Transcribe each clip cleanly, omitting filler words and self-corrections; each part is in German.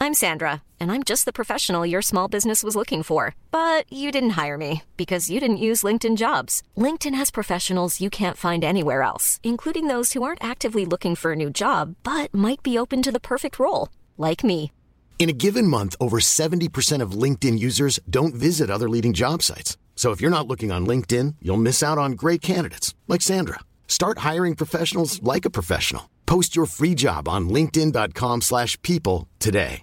I'm Sandra, and I'm just the professional your small business was looking for. But you didn't hire me because you didn't use LinkedIn Jobs. LinkedIn has professionals you can't find anywhere else, including those who aren't actively looking for a new job, but might be open to the perfect role, like me. In a given month, over 70% of LinkedIn users don't visit other leading job sites. So if you're not looking on LinkedIn, you'll miss out on great candidates like Sandra. Start hiring professionals like a professional. Post your free job on linkedin.com/people today.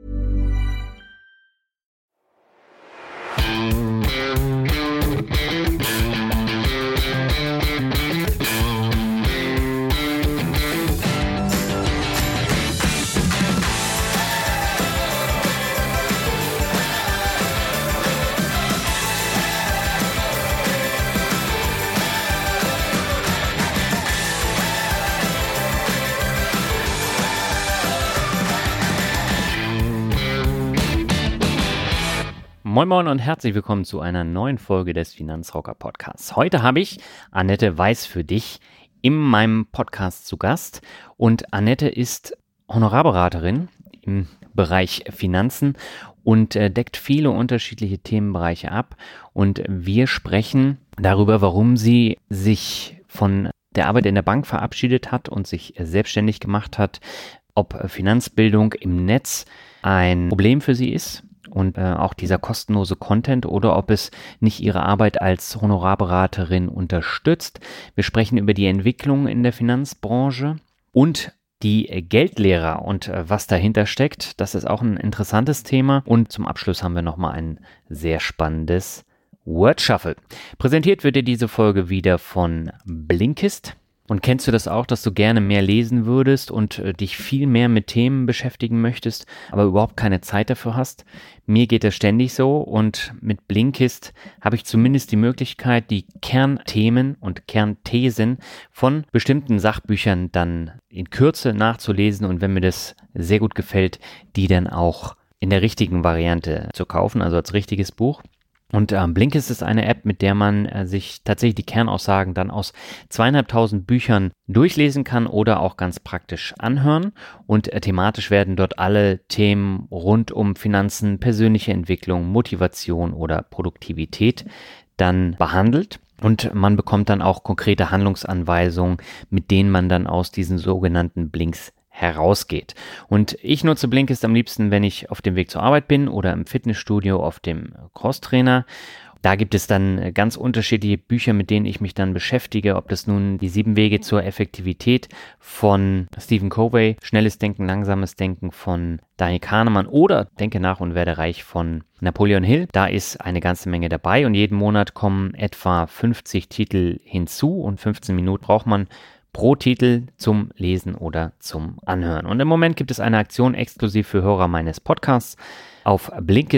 Moin Moin und herzlich willkommen zu einer neuen Folge des Finanzrocker Podcasts. Heute habe ich Annette Weiß für dich in meinem Podcast zu Gast und Annette ist Honorarberaterin im Bereich Finanzen und deckt viele unterschiedliche Themenbereiche ab und wir sprechen darüber, warum sie sich von der Arbeit in der Bank verabschiedet hat und sich selbstständig gemacht hat, ob Finanzbildung im Netz ein Problem für sie ist. Und auch dieser kostenlose Content oder ob es nicht ihre Arbeit als Honorarberaterin unterstützt. Wir sprechen über die Entwicklung in der Finanzbranche und die Geldlehrer und was dahinter steckt. Das ist auch ein interessantes Thema. Und zum Abschluss haben wir nochmal ein sehr spannendes Word Shuffle. Präsentiert wird dir diese Folge wieder von Blinkist. Und kennst du das auch, dass du gerne mehr lesen würdest und dich viel mehr mit Themen beschäftigen möchtest, aber überhaupt keine Zeit dafür hast? Mir geht das ständig so und mit Blinkist habe ich zumindest die Möglichkeit, die Kernthemen und Kernthesen von bestimmten Sachbüchern dann in Kürze nachzulesen und wenn mir das sehr gut gefällt, die dann auch in der richtigen Variante zu kaufen, also als richtiges Buch. Und Blinkist ist eine App, mit der man sich tatsächlich die Kernaussagen dann aus 2.500 Büchern durchlesen kann oder auch ganz praktisch anhören. Und thematisch werden dort alle Themen rund um Finanzen, persönliche Entwicklung, Motivation oder Produktivität dann behandelt. Und man bekommt dann auch konkrete Handlungsanweisungen, mit denen man dann aus diesen sogenannten Blinks herausgeht. Und ich nutze Blinkist am liebsten, wenn ich auf dem Weg zur Arbeit bin oder im Fitnessstudio auf dem Crosstrainer. Da gibt es dann ganz unterschiedliche Bücher, mit denen ich mich dann beschäftige, ob das nun die 7 Wege zur Effektivität von Stephen Covey, Schnelles Denken, Langsames Denken von Daniel Kahnemann oder Denke nach und werde reich von Napoleon Hill. Da ist eine ganze Menge dabei und jeden Monat kommen etwa 50 Titel hinzu und 15 Minuten braucht man pro Titel zum Lesen oder zum Anhören. Und im Moment gibt es eine Aktion exklusiv für Hörer meines Podcasts. Auf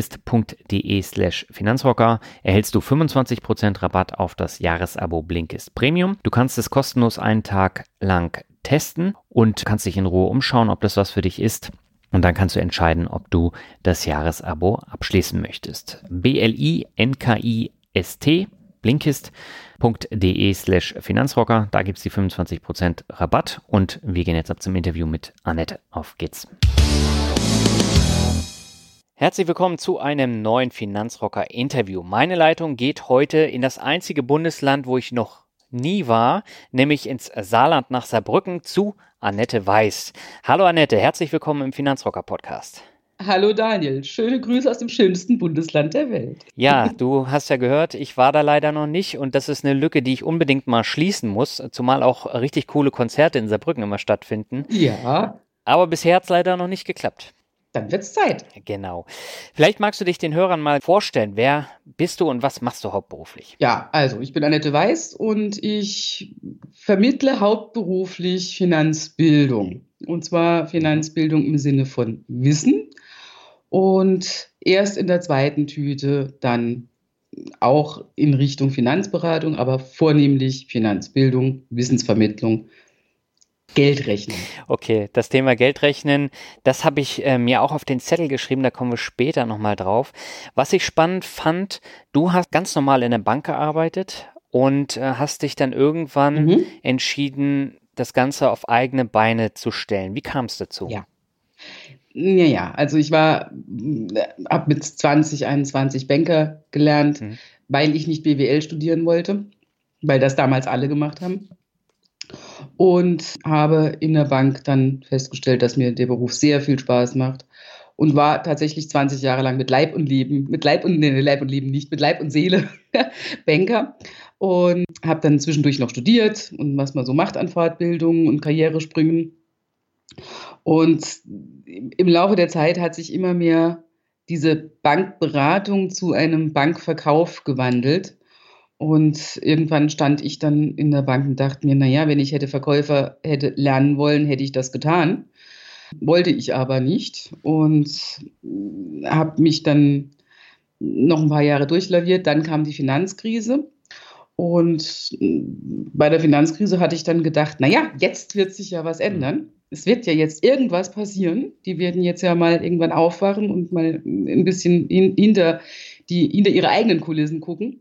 blinkist.de/Finanzrocker erhältst du 25% Rabatt auf das Jahresabo Blinkist Premium. Du kannst es kostenlos einen Tag lang testen und kannst dich in Ruhe umschauen, ob das was für dich ist. Und dann kannst du entscheiden, ob du das Jahresabo abschließen möchtest. BLINKIST blinkist.de/Finanzrocker. Da gibt es die 25% Rabatt und wir gehen jetzt ab zum Interview mit Annette. Auf geht's. Herzlich willkommen zu einem neuen Finanzrocker-Interview. Meine Leitung geht heute in das einzige Bundesland, wo ich noch nie war, nämlich ins Saarland nach Saarbrücken zu Annette Weiß. Hallo Annette, herzlich willkommen im Finanzrocker-Podcast. Hallo Daniel, schöne Grüße aus dem schönsten Bundesland der Welt. Ja, du hast ja gehört, ich war da leider noch nicht und das ist eine Lücke, die ich unbedingt mal schließen muss, zumal auch richtig coole Konzerte in Saarbrücken immer stattfinden. Ja. Aber bisher hat es leider noch nicht geklappt. Dann wird's Zeit. Genau. Vielleicht magst du dich den Hörern mal vorstellen. Wer bist du und was machst du hauptberuflich? Ja, also ich bin Annette Weiß und ich vermittle hauptberuflich Finanzbildung. Und zwar Finanzbildung im Sinne von Wissen. Und erst in der zweiten Tüte dann auch in Richtung Finanzberatung, aber vornehmlich Finanzbildung, Wissensvermittlung, Geldrechnen. Okay, das Thema Geldrechnen, das habe ich mir auch auf den Zettel geschrieben, da kommen wir später nochmal drauf. Was ich spannend fand, du hast ganz normal in der Bank gearbeitet und hast dich dann irgendwann entschieden, das Ganze auf eigene Beine zu stellen. Wie kam es dazu? Ja. Ja, also ich habe mit 20, 21 Banker gelernt, weil ich nicht BWL studieren wollte, weil das damals alle gemacht haben. Und habe in der Bank dann festgestellt, dass mir der Beruf sehr viel Spaß macht und war tatsächlich 20 Jahre lang mit Leib und Leben, mit Leib und Leben nicht, mit Leib und Seele Banker und habe dann zwischendurch noch studiert und was man so macht an Fortbildungen und Karrieresprüngen. Und im Laufe der Zeit hat sich immer mehr diese Bankberatung zu einem Bankverkauf gewandelt. Und irgendwann stand ich dann in der Bank und dachte mir, naja, wenn ich Verkäufer hätte lernen wollen, hätte ich das getan. Wollte ich aber nicht und habe mich dann noch ein paar Jahre durchlaviert. Dann kam die Finanzkrise. Und bei der Finanzkrise hatte ich dann gedacht, naja, jetzt wird sich ja was ändern. Es wird ja jetzt irgendwas passieren. Die werden jetzt ja mal irgendwann aufwachen und mal ein bisschen hinter ihre eigenen Kulissen gucken.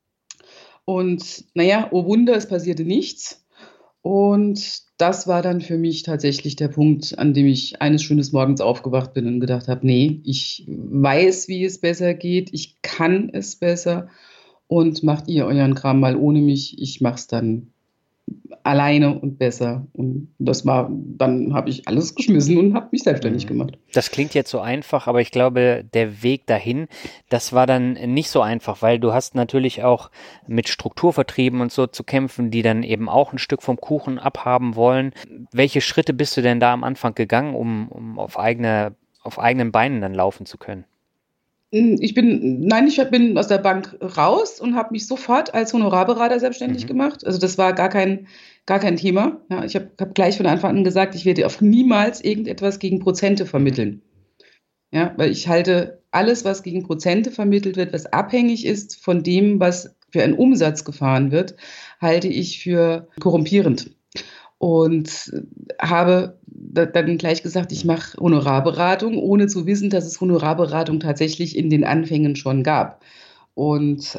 Und naja, oh Wunder, es passierte nichts. Und das war dann für mich tatsächlich der Punkt, an dem ich eines schönen Morgens aufgewacht bin und gedacht habe, nee, ich weiß, wie es besser geht, ich kann es besser und macht ihr euren Kram mal ohne mich, ich mache es dann alleine und besser. Und dann habe ich alles geschmissen und habe mich selbstständig gemacht. Das klingt jetzt so einfach, aber ich glaube, der Weg dahin, das war dann nicht so einfach, weil du hast natürlich auch mit Strukturvertrieben und so zu kämpfen, die dann eben auch ein Stück vom Kuchen abhaben wollen. Welche Schritte bist du denn da am Anfang gegangen, um auf eigenen Beinen dann laufen zu können? Ich bin aus der Bank raus und habe mich sofort als Honorarberater selbstständig gemacht. Also das war gar kein Thema. Ja, ich hab gleich von Anfang an gesagt, ich werde auch niemals irgendetwas gegen Prozente vermitteln. Ja, weil ich halte alles, was gegen Prozente vermittelt wird, was abhängig ist von dem, was für einen Umsatz gefahren wird, halte ich für korrumpierend. Und habe dann gleich gesagt, ich mache Honorarberatung, ohne zu wissen, dass es Honorarberatung tatsächlich in den Anfängen schon gab. Und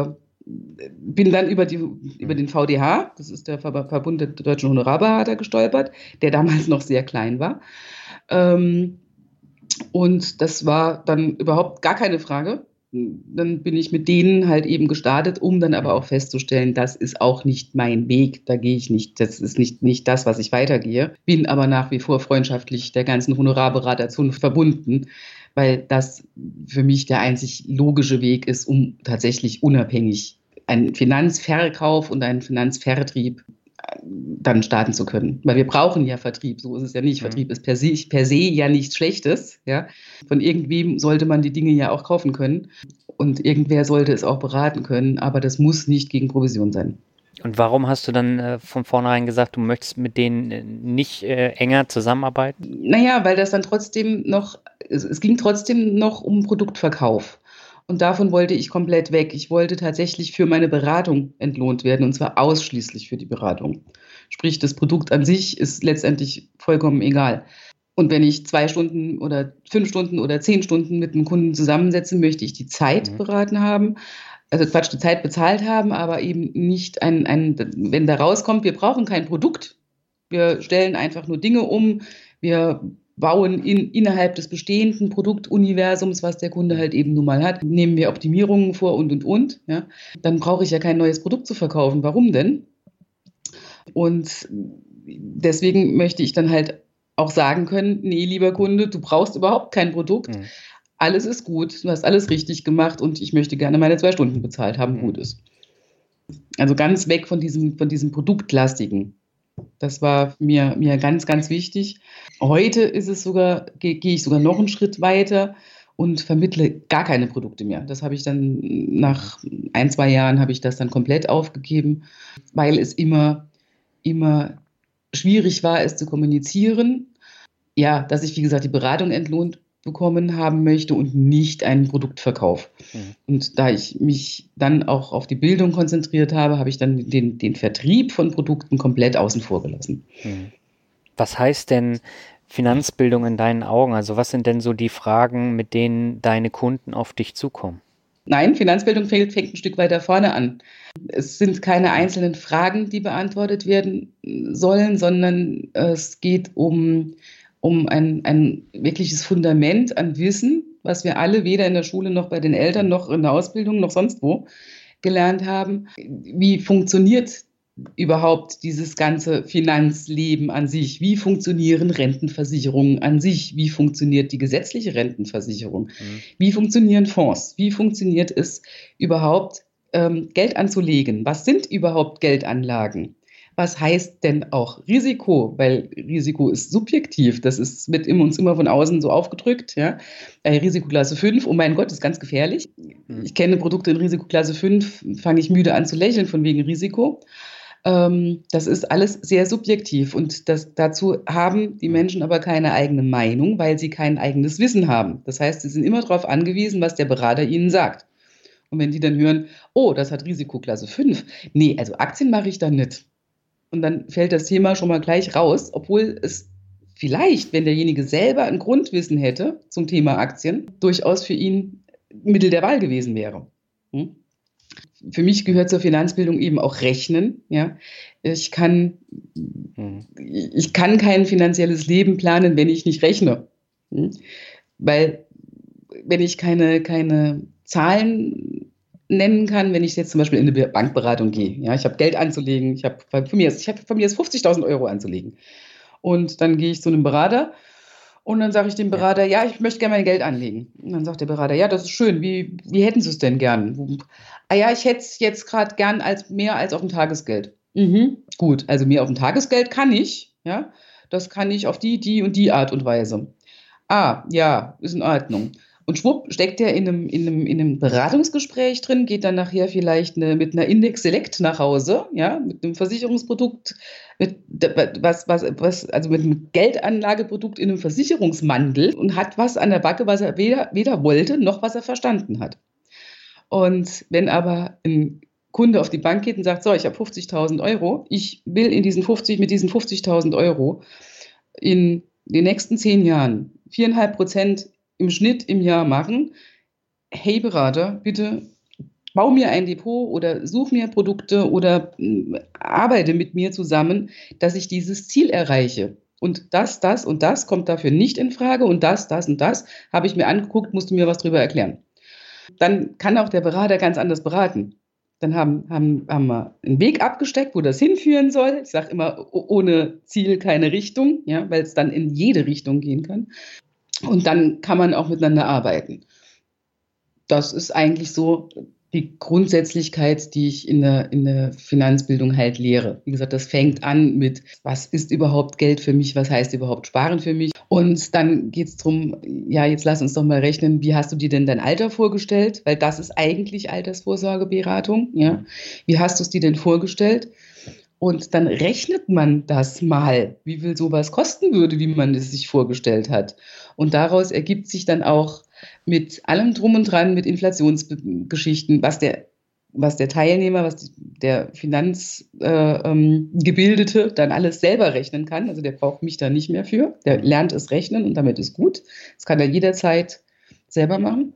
bin dann über den VDH, das ist der Verbund der deutschen Honorarberater, gestolpert, der damals noch sehr klein war. Und das war dann überhaupt gar keine Frage. Dann bin ich mit denen halt eben gestartet, um dann aber auch festzustellen, das ist auch nicht mein Weg, da gehe ich nicht, das ist nicht das, was ich weitergehe. Bin aber nach wie vor freundschaftlich der ganzen Honorarberaterzunft verbunden, weil das für mich der einzig logische Weg ist, um tatsächlich unabhängig einen Finanzverkauf und einen Finanzvertrieb dann starten zu können. Weil wir brauchen ja Vertrieb, so ist es ja nicht. Vertrieb ist per se ja nichts Schlechtes. Ja? Von irgendwem sollte man die Dinge ja auch kaufen können und irgendwer sollte es auch beraten können, aber das muss nicht gegen Provision sein. Und warum hast du dann von vornherein gesagt, du möchtest mit denen nicht enger zusammenarbeiten? Naja, weil das dann es ging trotzdem noch um Produktverkauf. Und davon wollte ich komplett weg. Ich wollte tatsächlich für meine Beratung entlohnt werden, und zwar ausschließlich für die Beratung. Sprich, das Produkt an sich ist letztendlich vollkommen egal. Und wenn ich 2 Stunden oder 5 Stunden oder 10 Stunden mit einem Kunden zusammensetze, möchte ich die Zeit beraten haben. Also die Zeit bezahlt haben, aber eben nicht wenn da rauskommt, wir brauchen kein Produkt. Wir stellen einfach nur Dinge um. Wir bauen innerhalb des bestehenden Produktuniversums, was der Kunde halt eben nun mal hat, nehmen wir Optimierungen vor und. Ja. Dann brauche ich ja kein neues Produkt zu verkaufen. Warum denn? Und deswegen möchte ich dann halt auch sagen können, nee, lieber Kunde, du brauchst überhaupt kein Produkt. Alles ist gut, du hast alles richtig gemacht und ich möchte gerne meine 2 Stunden bezahlt haben, gut ist. Also ganz weg von diesem Produktlastigen. Das war mir ganz, ganz wichtig. Heute gehe ich sogar noch einen Schritt weiter und vermittle gar keine Produkte mehr. Das habe ich dann nach 1, 2 Jahren habe ich das dann komplett aufgegeben, weil es immer schwierig war, es zu kommunizieren. Ja, dass ich, wie gesagt, die Beratung entlohnt bekommen haben möchte und nicht einen Produktverkauf. Und da ich mich dann auch auf die Bildung konzentriert habe, habe ich dann den Vertrieb von Produkten komplett außen vor gelassen. Was heißt denn Finanzbildung in deinen Augen? Also was sind denn so die Fragen, mit denen deine Kunden auf dich zukommen? Nein, Finanzbildung fängt ein Stück weiter vorne an. Es sind keine einzelnen Fragen, die beantwortet werden sollen, sondern es geht um um ein wirkliches Fundament an Wissen, was wir alle weder in der Schule noch bei den Eltern noch in der Ausbildung noch sonst wo gelernt haben. Wie funktioniert überhaupt dieses ganze Finanzleben an sich? Wie funktionieren Rentenversicherungen an sich? Wie funktioniert die gesetzliche Rentenversicherung? Wie funktionieren Fonds? Wie funktioniert es überhaupt, Geld anzulegen? Was sind überhaupt Geldanlagen? Was heißt denn auch Risiko? Weil Risiko ist subjektiv. Wird uns immer von außen so aufgedrückt. Ja? Risikoklasse 5, oh mein Gott, ist ganz gefährlich. Ich kenne Produkte in Risikoklasse 5, fange ich müde an zu lächeln von wegen Risiko. Das ist alles sehr subjektiv und dazu haben die Menschen aber keine eigene Meinung, weil sie kein eigenes Wissen haben. Das heißt, sie sind immer darauf angewiesen, was der Berater ihnen sagt. Und wenn die dann hören, oh, das hat Risikoklasse 5, nee, also Aktien mache ich da nicht. Und dann fällt das Thema schon mal gleich raus, obwohl es vielleicht, wenn derjenige selber ein Grundwissen hätte zum Thema Aktien, durchaus für ihn Mittel der Wahl gewesen wäre. Für mich gehört zur Finanzbildung eben auch Rechnen. Ja? Ich kann kein finanzielles Leben planen, wenn ich nicht rechne. Weil wenn ich keine Zahlen nennen kann, wenn ich jetzt zum Beispiel in eine Bankberatung gehe. Ja, ich habe Geld anzulegen, ich habe von mir jetzt 50.000 Euro anzulegen. Und dann gehe ich zu einem Berater und dann sage ich dem Berater, ja, ich möchte gerne mein Geld anlegen. Und dann sagt der Berater, ja, das ist schön, wie hätten Sie es denn gern? Ja, ich hätte es jetzt gerade gern mehr als auf dem Tagesgeld. Gut, also mehr auf dem Tagesgeld kann ich, ja, das kann ich auf die und die Art und Weise. Ja, ist in Ordnung. Und schwupp, steckt er in einem Beratungsgespräch drin, geht dann nachher vielleicht mit einer Index Select nach Hause, ja, mit einem Versicherungsprodukt, also mit einem Geldanlageprodukt in einem Versicherungsmandel und hat was an der Backe, was er weder wollte, noch was er verstanden hat. Und wenn aber ein Kunde auf die Bank geht und sagt, so, ich habe 50.000 Euro, ich will mit diesen 50.000 Euro in den nächsten 10 Jahren 4,5% im Schnitt im Jahr machen. Hey Berater, bitte bau mir ein Depot oder such mir Produkte oder arbeite mit mir zusammen, dass ich dieses Ziel erreiche. Und das und das kommt dafür nicht in Frage und das und das habe ich mir angeguckt, musst du mir was drüber erklären. Dann kann auch der Berater ganz anders beraten. Dann haben wir einen Weg abgesteckt, wo das hinführen soll. Ich sage immer, ohne Ziel keine Richtung, ja, weil es dann in jede Richtung gehen kann. Und dann kann man auch miteinander arbeiten. Das ist eigentlich so die Grundsätzlichkeit, die ich in der Finanzbildung halt lehre. Wie gesagt, das fängt an mit, was ist überhaupt Geld für mich, was heißt überhaupt Sparen für mich? Und dann geht es darum, ja, jetzt lass uns doch mal rechnen, wie hast du dir denn dein Alter vorgestellt? Weil das ist eigentlich Altersvorsorgeberatung. Ja? Wie hast du es dir denn vorgestellt? Und dann rechnet man das mal, wie viel sowas kosten würde, wie man es sich vorgestellt hat. Und daraus ergibt sich dann auch mit allem Drum und Dran, mit Inflationsgeschichten, was der Teilnehmer, was der Finanzgebildete dann alles selber rechnen kann. Also der braucht mich da nicht mehr für. Der lernt es rechnen und damit ist gut. Das kann er jederzeit selber machen.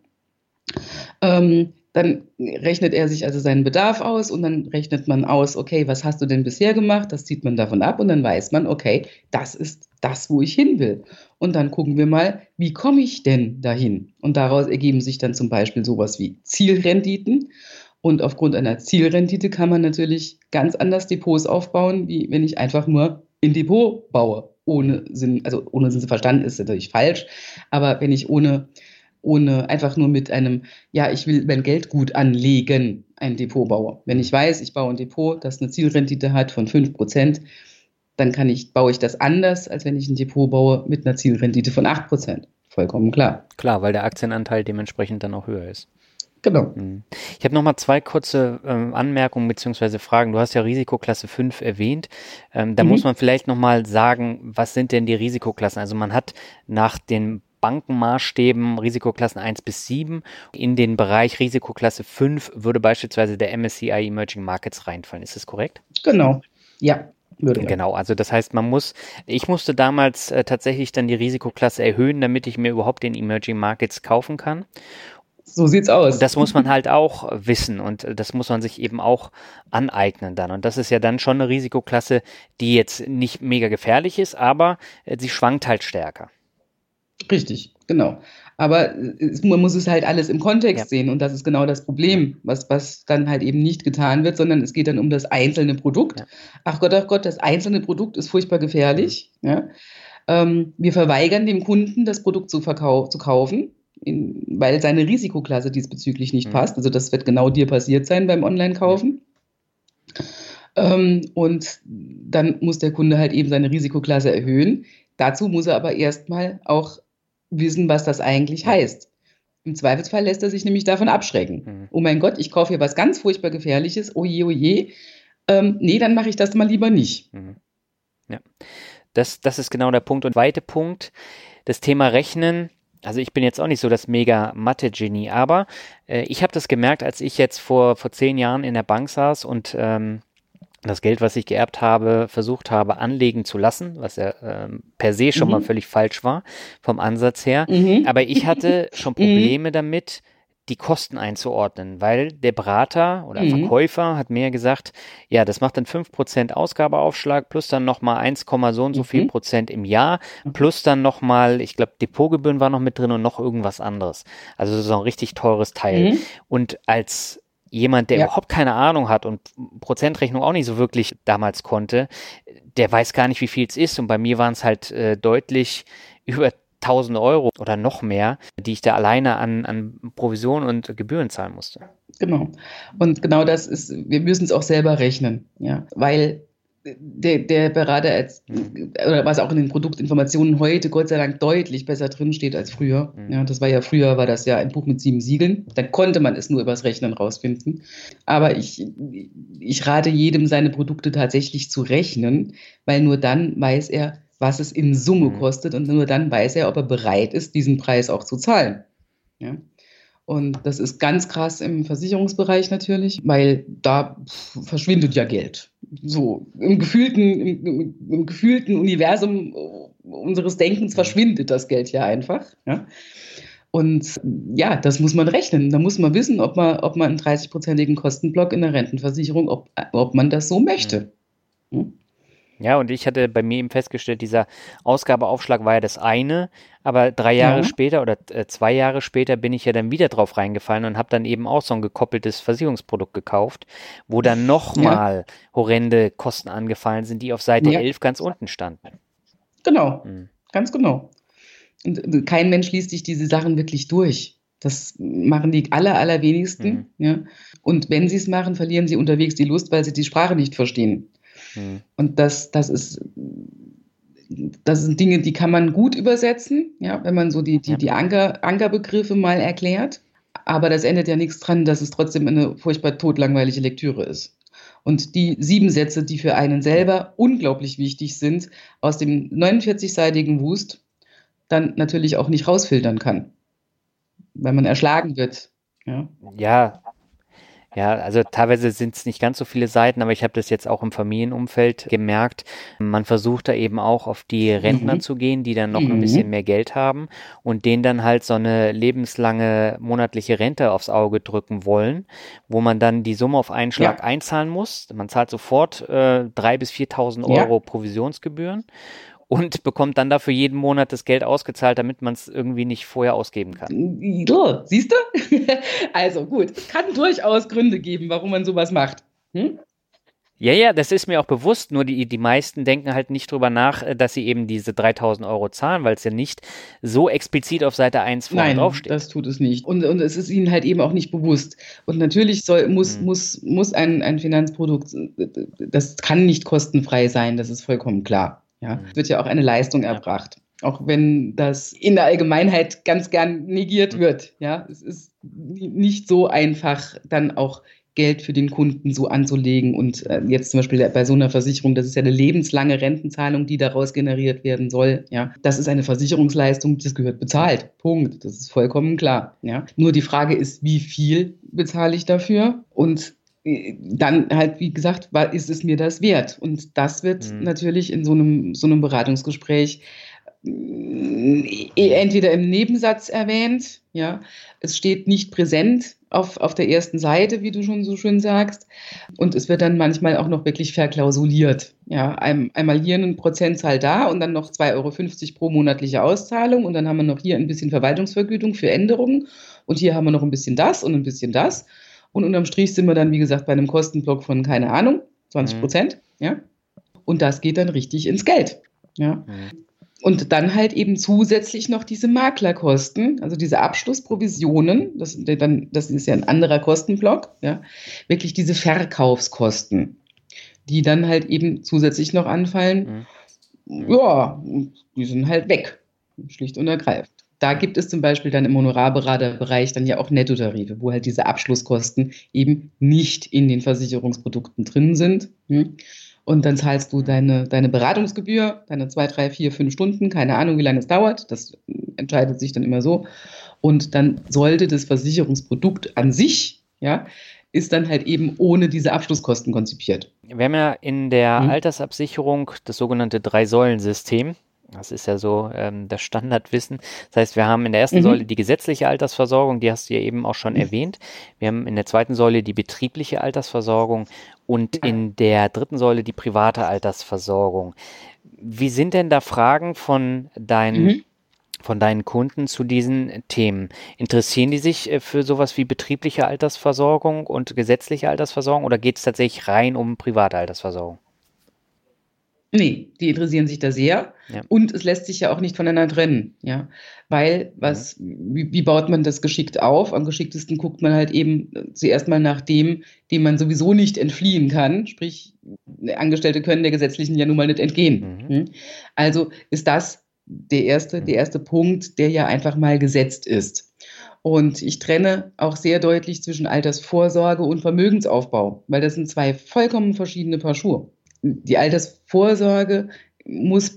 Dann rechnet er sich also seinen Bedarf aus und dann rechnet man aus, okay, was hast du denn bisher gemacht? Das zieht man davon ab und dann weiß man, okay, das ist das, wo ich hin will. Und dann gucken wir mal, wie komme ich denn dahin? Und daraus ergeben sich dann zum Beispiel sowas wie Zielrenditen. Und aufgrund einer Zielrendite kann man natürlich ganz anders Depots aufbauen, wie wenn ich einfach nur ein Depot baue. Ohne Sinn verstanden ist natürlich falsch, aber wenn ich ohne einfach nur mit einem, ja, ich will mein Geld gut anlegen, ein Depot baue. Wenn ich weiß, ich baue ein Depot, das eine Zielrendite hat von 5%, dann baue ich das anders, als wenn ich ein Depot baue mit einer Zielrendite von 8%. Vollkommen klar. Klar, weil der Aktienanteil dementsprechend dann auch höher ist. Genau. Ich habe nochmal 2 kurze Anmerkungen bzw. Fragen. Du hast ja Risikoklasse 5 erwähnt. Da muss man vielleicht nochmal sagen, was sind denn die Risikoklassen? Also man hat nach den Bankenmaßstäben Risikoklassen 1 bis 7. In den Bereich Risikoklasse 5 würde beispielsweise der MSCI Emerging Markets reinfallen. Ist das korrekt? Genau, ja. Genau, also das heißt, ich musste damals tatsächlich dann die Risikoklasse erhöhen, damit ich mir überhaupt den Emerging Markets kaufen kann. So sieht's aus. Und das muss man halt auch wissen und das muss man sich eben auch aneignen dann. Und das ist ja dann schon eine Risikoklasse, die jetzt nicht mega gefährlich ist, aber sie schwankt halt stärker. Richtig, genau. Aber man muss es halt alles im Kontext sehen und das ist genau das Problem, was dann halt eben nicht getan wird, sondern es geht dann um das einzelne Produkt. Ja. Ach Gott, das einzelne Produkt ist furchtbar gefährlich. Ja. Wir verweigern dem Kunden, das Produkt zu kaufen, weil seine Risikoklasse diesbezüglich nicht passt. Also das wird genau dir passiert sein beim Online-Kaufen. Und dann muss der Kunde halt eben seine Risikoklasse erhöhen. Dazu muss er aber erstmal auch wissen, was das eigentlich heißt. Im Zweifelsfall lässt er sich nämlich davon abschrecken. Oh mein Gott, ich kaufe hier was ganz furchtbar Gefährliches. Oje, oje. Nee, dann mache ich das mal lieber nicht. Ja, das ist genau der Punkt. Und zweiter Punkt, das Thema Rechnen. Also ich bin jetzt auch nicht so das mega Mathe-Genie, aber ich habe das gemerkt, als ich jetzt vor 10 Jahren in der Bank saß und das Geld, was ich geerbt habe, versucht habe, anlegen zu lassen, was ja per se schon mal völlig falsch war, vom Ansatz her. Aber ich hatte schon Probleme damit, die Kosten einzuordnen, weil der Berater oder Verkäufer hat mir gesagt, ja, das macht dann 5% Ausgabeaufschlag plus dann nochmal 1, so und so viel Prozent im Jahr, plus dann nochmal, ich glaube, Depotgebühren war noch mit drin und noch irgendwas anderes. Also so ein richtig teures Teil. Und als jemand, der überhaupt keine Ahnung hat und Prozentrechnung auch nicht so wirklich damals konnte, der weiß gar nicht, wie viel es ist. Und bei mir waren es halt deutlich über 1.000 Euro oder noch mehr, die ich da alleine an Provision und Gebühren zahlen musste. Genau. Und genau das ist, wir müssen es auch selber rechnen, ja, weil der Berater, oder was auch in den Produktinformationen heute Gott sei Dank deutlich besser drinsteht als früher. Ja, früher war das ja ein Buch mit 7 Siegeln. Da konnte man es nur übers Rechnen rausfinden. Aber ich rate jedem, seine Produkte tatsächlich zu rechnen, weil nur dann weiß er, was es in Summe kostet und nur dann weiß er, ob er bereit ist, diesen Preis auch zu zahlen. Ja. Und das ist ganz krass im Versicherungsbereich natürlich, weil da verschwindet ja Geld. So im gefühlten Universum unseres Denkens verschwindet das Geld ja einfach. Ja? Und ja, das muss man rechnen. Da muss man wissen, ob man einen 30-prozentigen Kostenblock in der Rentenversicherung, ob man das so möchte. Ja, und ich hatte bei mir eben festgestellt, dieser Ausgabeaufschlag war ja das eine, aber 3 Jahre später oder 2 Jahre später bin ich ja dann wieder drauf reingefallen und habe dann eben auch so ein gekoppeltes Versicherungsprodukt gekauft, wo dann nochmal horrende Kosten angefallen sind, die auf Seite 11 ganz unten standen. Genau, ganz genau. Und kein Mensch liest sich diese Sachen wirklich durch. Das machen die allerwenigsten. Ja. Und wenn sie es machen, verlieren sie unterwegs die Lust, weil sie die Sprache nicht verstehen. Und das sind Dinge, die kann man gut übersetzen, ja, wenn man so die Ankerbegriffe mal erklärt. Aber das ändert ja nichts dran, dass es trotzdem eine furchtbar totlangweilige Lektüre ist. Und die 7 Sätze, die für einen selber unglaublich wichtig sind, aus dem 49-seitigen Wust dann natürlich auch nicht rausfiltern kann, weil man erschlagen wird. Ja, also teilweise sind es nicht ganz so viele Seiten, aber ich habe das jetzt auch im Familienumfeld gemerkt. Man versucht da eben auch auf die Rentner zu gehen, die dann noch ein bisschen mehr Geld haben und denen dann halt so eine lebenslange monatliche Rente aufs Auge drücken wollen, wo man dann die Summe auf einen Schlag einzahlen muss. Man zahlt sofort 3.000 bis 4.000 Euro Provisionsgebühren und bekommt dann dafür jeden Monat das Geld ausgezahlt, damit man es irgendwie nicht vorher ausgeben kann. So, siehst du? Also gut, es kann durchaus Gründe geben, warum man sowas macht. Ja, das ist mir auch bewusst, nur die meisten denken halt nicht drüber nach, dass sie eben diese 3.000 Euro zahlen, weil es ja nicht so explizit auf Seite 1 vorne draufsteht. Nein, das tut es nicht. Und es ist ihnen halt eben auch nicht bewusst. Und natürlich muss ein Finanzprodukt, das kann nicht kostenfrei sein, das ist vollkommen klar. Ja, es wird ja auch eine Leistung erbracht, auch wenn das in der Allgemeinheit ganz gern negiert wird. Ja, es ist nicht so einfach, dann auch Geld für den Kunden so anzulegen und jetzt zum Beispiel bei so einer Versicherung, das ist ja eine lebenslange Rentenzahlung, die daraus generiert werden soll. Ja, das ist eine Versicherungsleistung, das gehört bezahlt. Punkt. Das ist vollkommen klar. Ja, nur die Frage ist, wie viel bezahle ich dafür? Und dann halt, wie gesagt, ist es mir das wert? Und das wird natürlich in so einem Beratungsgespräch entweder im Nebensatz erwähnt, ja, es steht nicht präsent auf der ersten Seite, wie du schon so schön sagst, und es wird dann manchmal auch noch wirklich verklausuliert. Ja, einmal hier eine Prozentzahl da und dann noch 2,50 € pro monatliche Auszahlung und dann haben wir noch hier ein bisschen Verwaltungsvergütung für Änderungen und hier haben wir noch ein bisschen das und ein bisschen das und unterm Strich sind wir dann, wie gesagt, bei einem Kostenblock von, keine Ahnung, 20%, ja, und das geht dann richtig ins Geld, ja. Und dann halt eben zusätzlich noch diese Maklerkosten, also diese Abschlussprovisionen, das ist ja ein anderer Kostenblock, ja, wirklich diese Verkaufskosten, die dann halt eben zusätzlich noch anfallen, ja, die sind halt weg, schlicht und ergreifend. Da gibt es zum Beispiel dann im Honorarberaterbereich dann ja auch Nettotarife, wo halt diese Abschlusskosten eben nicht in den Versicherungsprodukten drin sind. Und dann zahlst du deine Beratungsgebühr, deine 2, 3, 4, 5 Stunden, keine Ahnung, wie lange es dauert, das entscheidet sich dann immer so. Und dann sollte das Versicherungsprodukt an sich, ja, ist dann halt eben ohne diese Abschlusskosten konzipiert. Wir haben ja in der Altersabsicherung das sogenannte Drei-Säulen-System. Das ist ja so das Standardwissen. Das heißt, wir haben in der ersten Säule die gesetzliche Altersversorgung, die hast du ja eben auch schon erwähnt. Wir haben in der zweiten Säule die betriebliche Altersversorgung und in der dritten Säule die private Altersversorgung. Wie sind denn da Fragen von deinen Kunden zu diesen Themen? Interessieren die sich für sowas wie betriebliche Altersversorgung und gesetzliche Altersversorgung oder geht es tatsächlich rein um private Altersversorgung? Nee, die interessieren sich da sehr. Ja. Und es lässt sich ja auch nicht voneinander trennen, ja. Weil, wie baut man das geschickt auf? Am geschicktesten guckt man halt eben zuerst mal nach dem man sowieso nicht entfliehen kann. Sprich, Angestellte können der gesetzlichen ja nun mal nicht entgehen. Also ist das der erste Punkt, der ja einfach mal gesetzt ist. Und ich trenne auch sehr deutlich zwischen Altersvorsorge und Vermögensaufbau, weil das sind zwei vollkommen verschiedene Paar Schuhe. Die Altersvorsorge es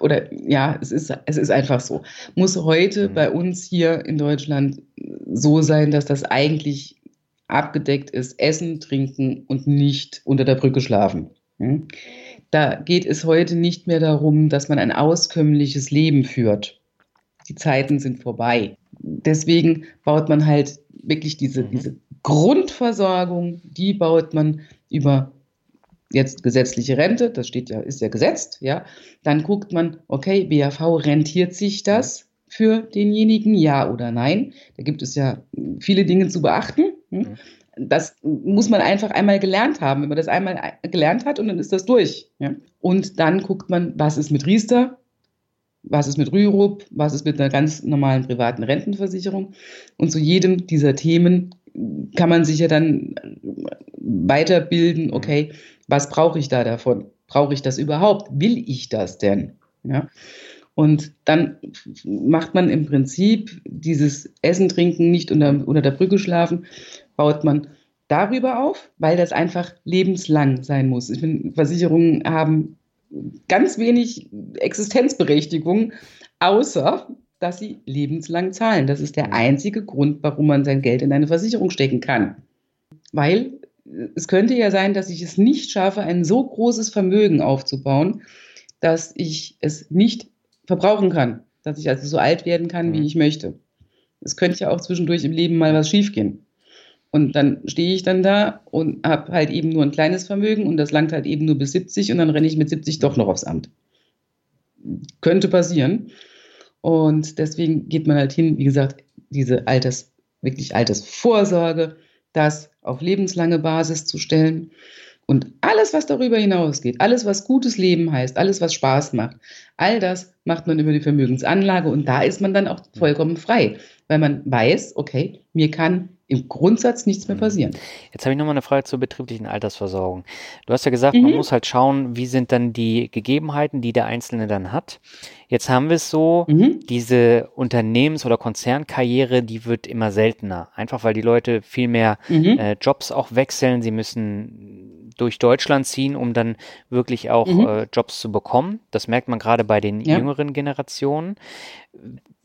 ist einfach so, muss heute bei uns hier in Deutschland so sein, dass das eigentlich abgedeckt ist, essen, trinken und nicht unter der Brücke schlafen. Da geht es heute nicht mehr darum, dass man ein auskömmliches Leben führt. Die Zeiten sind vorbei. Deswegen baut man halt wirklich diese Grundversorgung, die baut man über jetzt gesetzliche Rente, das ist ja gesetzt, ja. Dann guckt man, okay, BAV, rentiert sich das für denjenigen, ja oder nein? Da gibt es ja viele Dinge zu beachten. Das muss man einfach einmal gelernt haben. Wenn man das einmal gelernt hat und dann ist das durch. Ja. Und dann guckt man, was ist mit Riester, was ist mit Rürup, was ist mit einer ganz normalen privaten Rentenversicherung. Und zu jedem dieser Themen kann man sich ja dann weiterbilden, okay, was brauche ich da davon? Brauche ich das überhaupt? Will ich das denn? Ja. Und dann macht man im Prinzip dieses Essen, Trinken, nicht unter der Brücke schlafen, baut man darüber auf, weil das einfach lebenslang sein muss. Ich finde, Versicherungen haben ganz wenig Existenzberechtigung, außer dass sie lebenslang zahlen. Das ist der einzige Grund, warum man sein Geld in eine Versicherung stecken kann. Weil es könnte ja sein, dass ich es nicht schaffe, ein so großes Vermögen aufzubauen, dass ich es nicht verbrauchen kann, dass ich also so alt werden kann, wie ich möchte. Es könnte ja auch zwischendurch im Leben mal was schiefgehen. Und dann stehe ich dann da und habe halt eben nur ein kleines Vermögen und das langt halt eben nur bis 70 und dann renne ich mit 70 doch noch aufs Amt. Könnte passieren. Und deswegen geht man halt hin, wie gesagt, diese Altersvorsorge, das auf lebenslange Basis zu stellen. Und alles, was darüber hinausgeht, alles, was gutes Leben heißt, alles, was Spaß macht, all das macht man über die Vermögensanlage und da ist man dann auch vollkommen frei, weil man weiß, okay, mir kann im Grundsatz nichts mehr passieren. Jetzt habe ich nochmal eine Frage zur betrieblichen Altersversorgung. Du hast ja gesagt, man muss halt schauen, wie sind dann die Gegebenheiten, die der Einzelne dann hat. Jetzt haben wir es so, diese Unternehmens- oder Konzernkarriere, die wird immer seltener. Einfach weil die Leute viel mehr Jobs auch wechseln. Sie müssen durch Deutschland ziehen, um dann wirklich auch Jobs zu bekommen. Das merkt man gerade bei den jüngeren Generationen.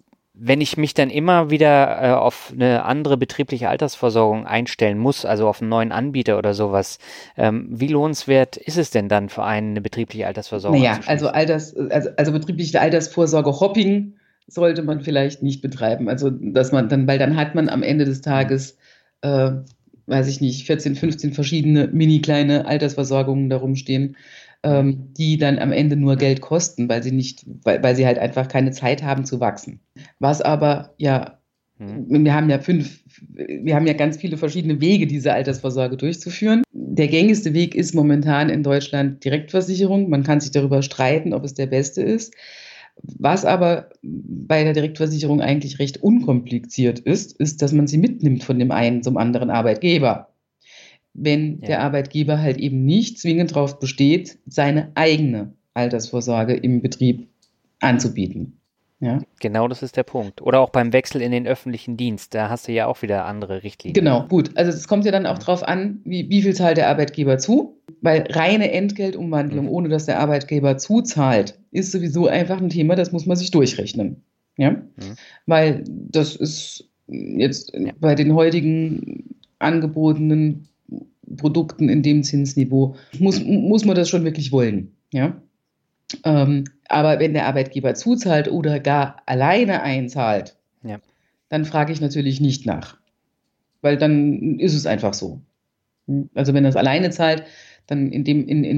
wenn ich mich dann immer wieder auf eine andere betriebliche Altersversorgung einstellen muss, also auf einen neuen Anbieter oder sowas, wie lohnenswert ist es denn dann für einen, eine betriebliche Altersversorgung abzuschließen? Also betriebliche Altersvorsorge Hopping sollte man vielleicht nicht betreiben. Also weil dann hat man am Ende des Tages, weiß ich nicht, 14, 15 verschiedene mini kleine Altersversorgungen da rumstehen, die dann am Ende nur Geld kosten, weil sie halt einfach keine Zeit haben zu wachsen. Was aber wir haben ja ganz viele verschiedene Wege, diese Altersvorsorge durchzuführen. Der gängigste Weg ist momentan in Deutschland Direktversicherung. Man kann sich darüber streiten, ob es der beste ist. Was aber bei der Direktversicherung eigentlich recht unkompliziert ist, dass man sie mitnimmt von dem einen zum anderen Arbeitgeber. Wenn der Arbeitgeber halt eben nicht zwingend darauf besteht, seine eigene Altersvorsorge im Betrieb anzubieten. Ja? Genau, das ist der Punkt. Oder auch beim Wechsel in den öffentlichen Dienst, da hast du ja auch wieder andere Richtlinien. Genau, gut. Also es kommt ja dann auch darauf an, wie viel zahlt der Arbeitgeber zu, weil reine Entgeltumwandlung, ohne dass der Arbeitgeber zuzahlt, ist sowieso einfach ein Thema, das muss man sich durchrechnen. Ja? Weil das ist jetzt bei den heutigen angebotenen Produkten in dem Zinsniveau, muss man das schon wirklich wollen. Ja? Aber wenn der Arbeitgeber zuzahlt oder gar alleine einzahlt, dann frage ich natürlich nicht nach. Weil dann ist es einfach so. Also wenn er es alleine zahlt, dann in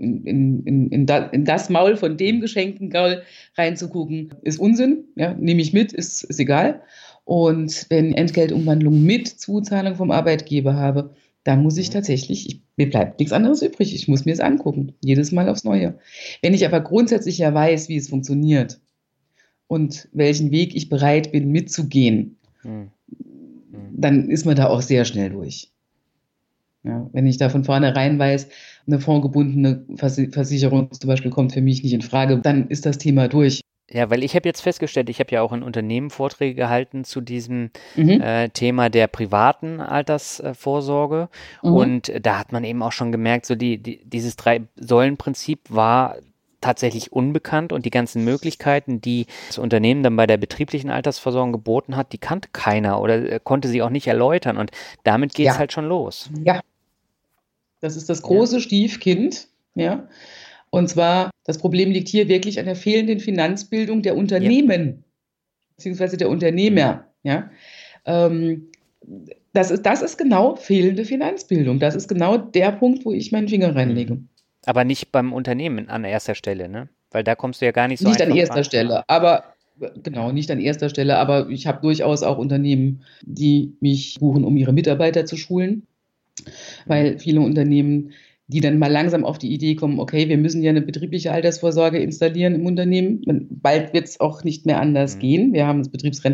das Maul von dem geschenkten Gaul reinzugucken, ist Unsinn. Ja? Nehme ich mit, ist egal. Und wenn ich Entgeltumwandlung mit Zuzahlung vom Arbeitgeber habe, dann muss ich tatsächlich, mir bleibt nichts anderes übrig. Ich muss mir es angucken, jedes Mal aufs Neue. Wenn ich aber grundsätzlich ja weiß, wie es funktioniert und welchen Weg ich bereit bin mitzugehen, dann ist man da auch sehr schnell durch. Ja, wenn ich da von vornherein weiß, eine fondgebundene Versicherung zum Beispiel kommt für mich nicht in Frage, dann ist das Thema durch. Ja, weil ich habe jetzt festgestellt, ich habe ja auch in Unternehmen Vorträge gehalten zu diesem Thema der privaten Altersvorsorge und da hat man eben auch schon gemerkt, so dieses Drei-Säulen-Prinzip war tatsächlich unbekannt und die ganzen Möglichkeiten, die das Unternehmen dann bei der betrieblichen Altersversorgung geboten hat, die kannte keiner oder konnte sie auch nicht erläutern und damit geht es halt schon los. Ja, das ist das große Stiefkind, ja. Und zwar, das Problem liegt hier wirklich an der fehlenden Finanzbildung der Unternehmen, beziehungsweise der Unternehmer. Ja? Das ist genau fehlende Finanzbildung. Das ist genau der Punkt, wo ich meinen Finger reinlege. Aber nicht beim Unternehmen an erster Stelle, ne? Weil da kommst du ja gar nicht so nicht einfach an erster ran. Stelle, aber genau, nicht an erster Stelle, aber ich habe durchaus auch Unternehmen, die mich buchen, um ihre Mitarbeiter zu schulen, weil viele Unternehmen, die dann mal langsam auf die Idee kommen, okay, wir müssen ja eine betriebliche Altersvorsorge installieren im Unternehmen. Bald wird es auch nicht mehr anders gehen. Wir haben das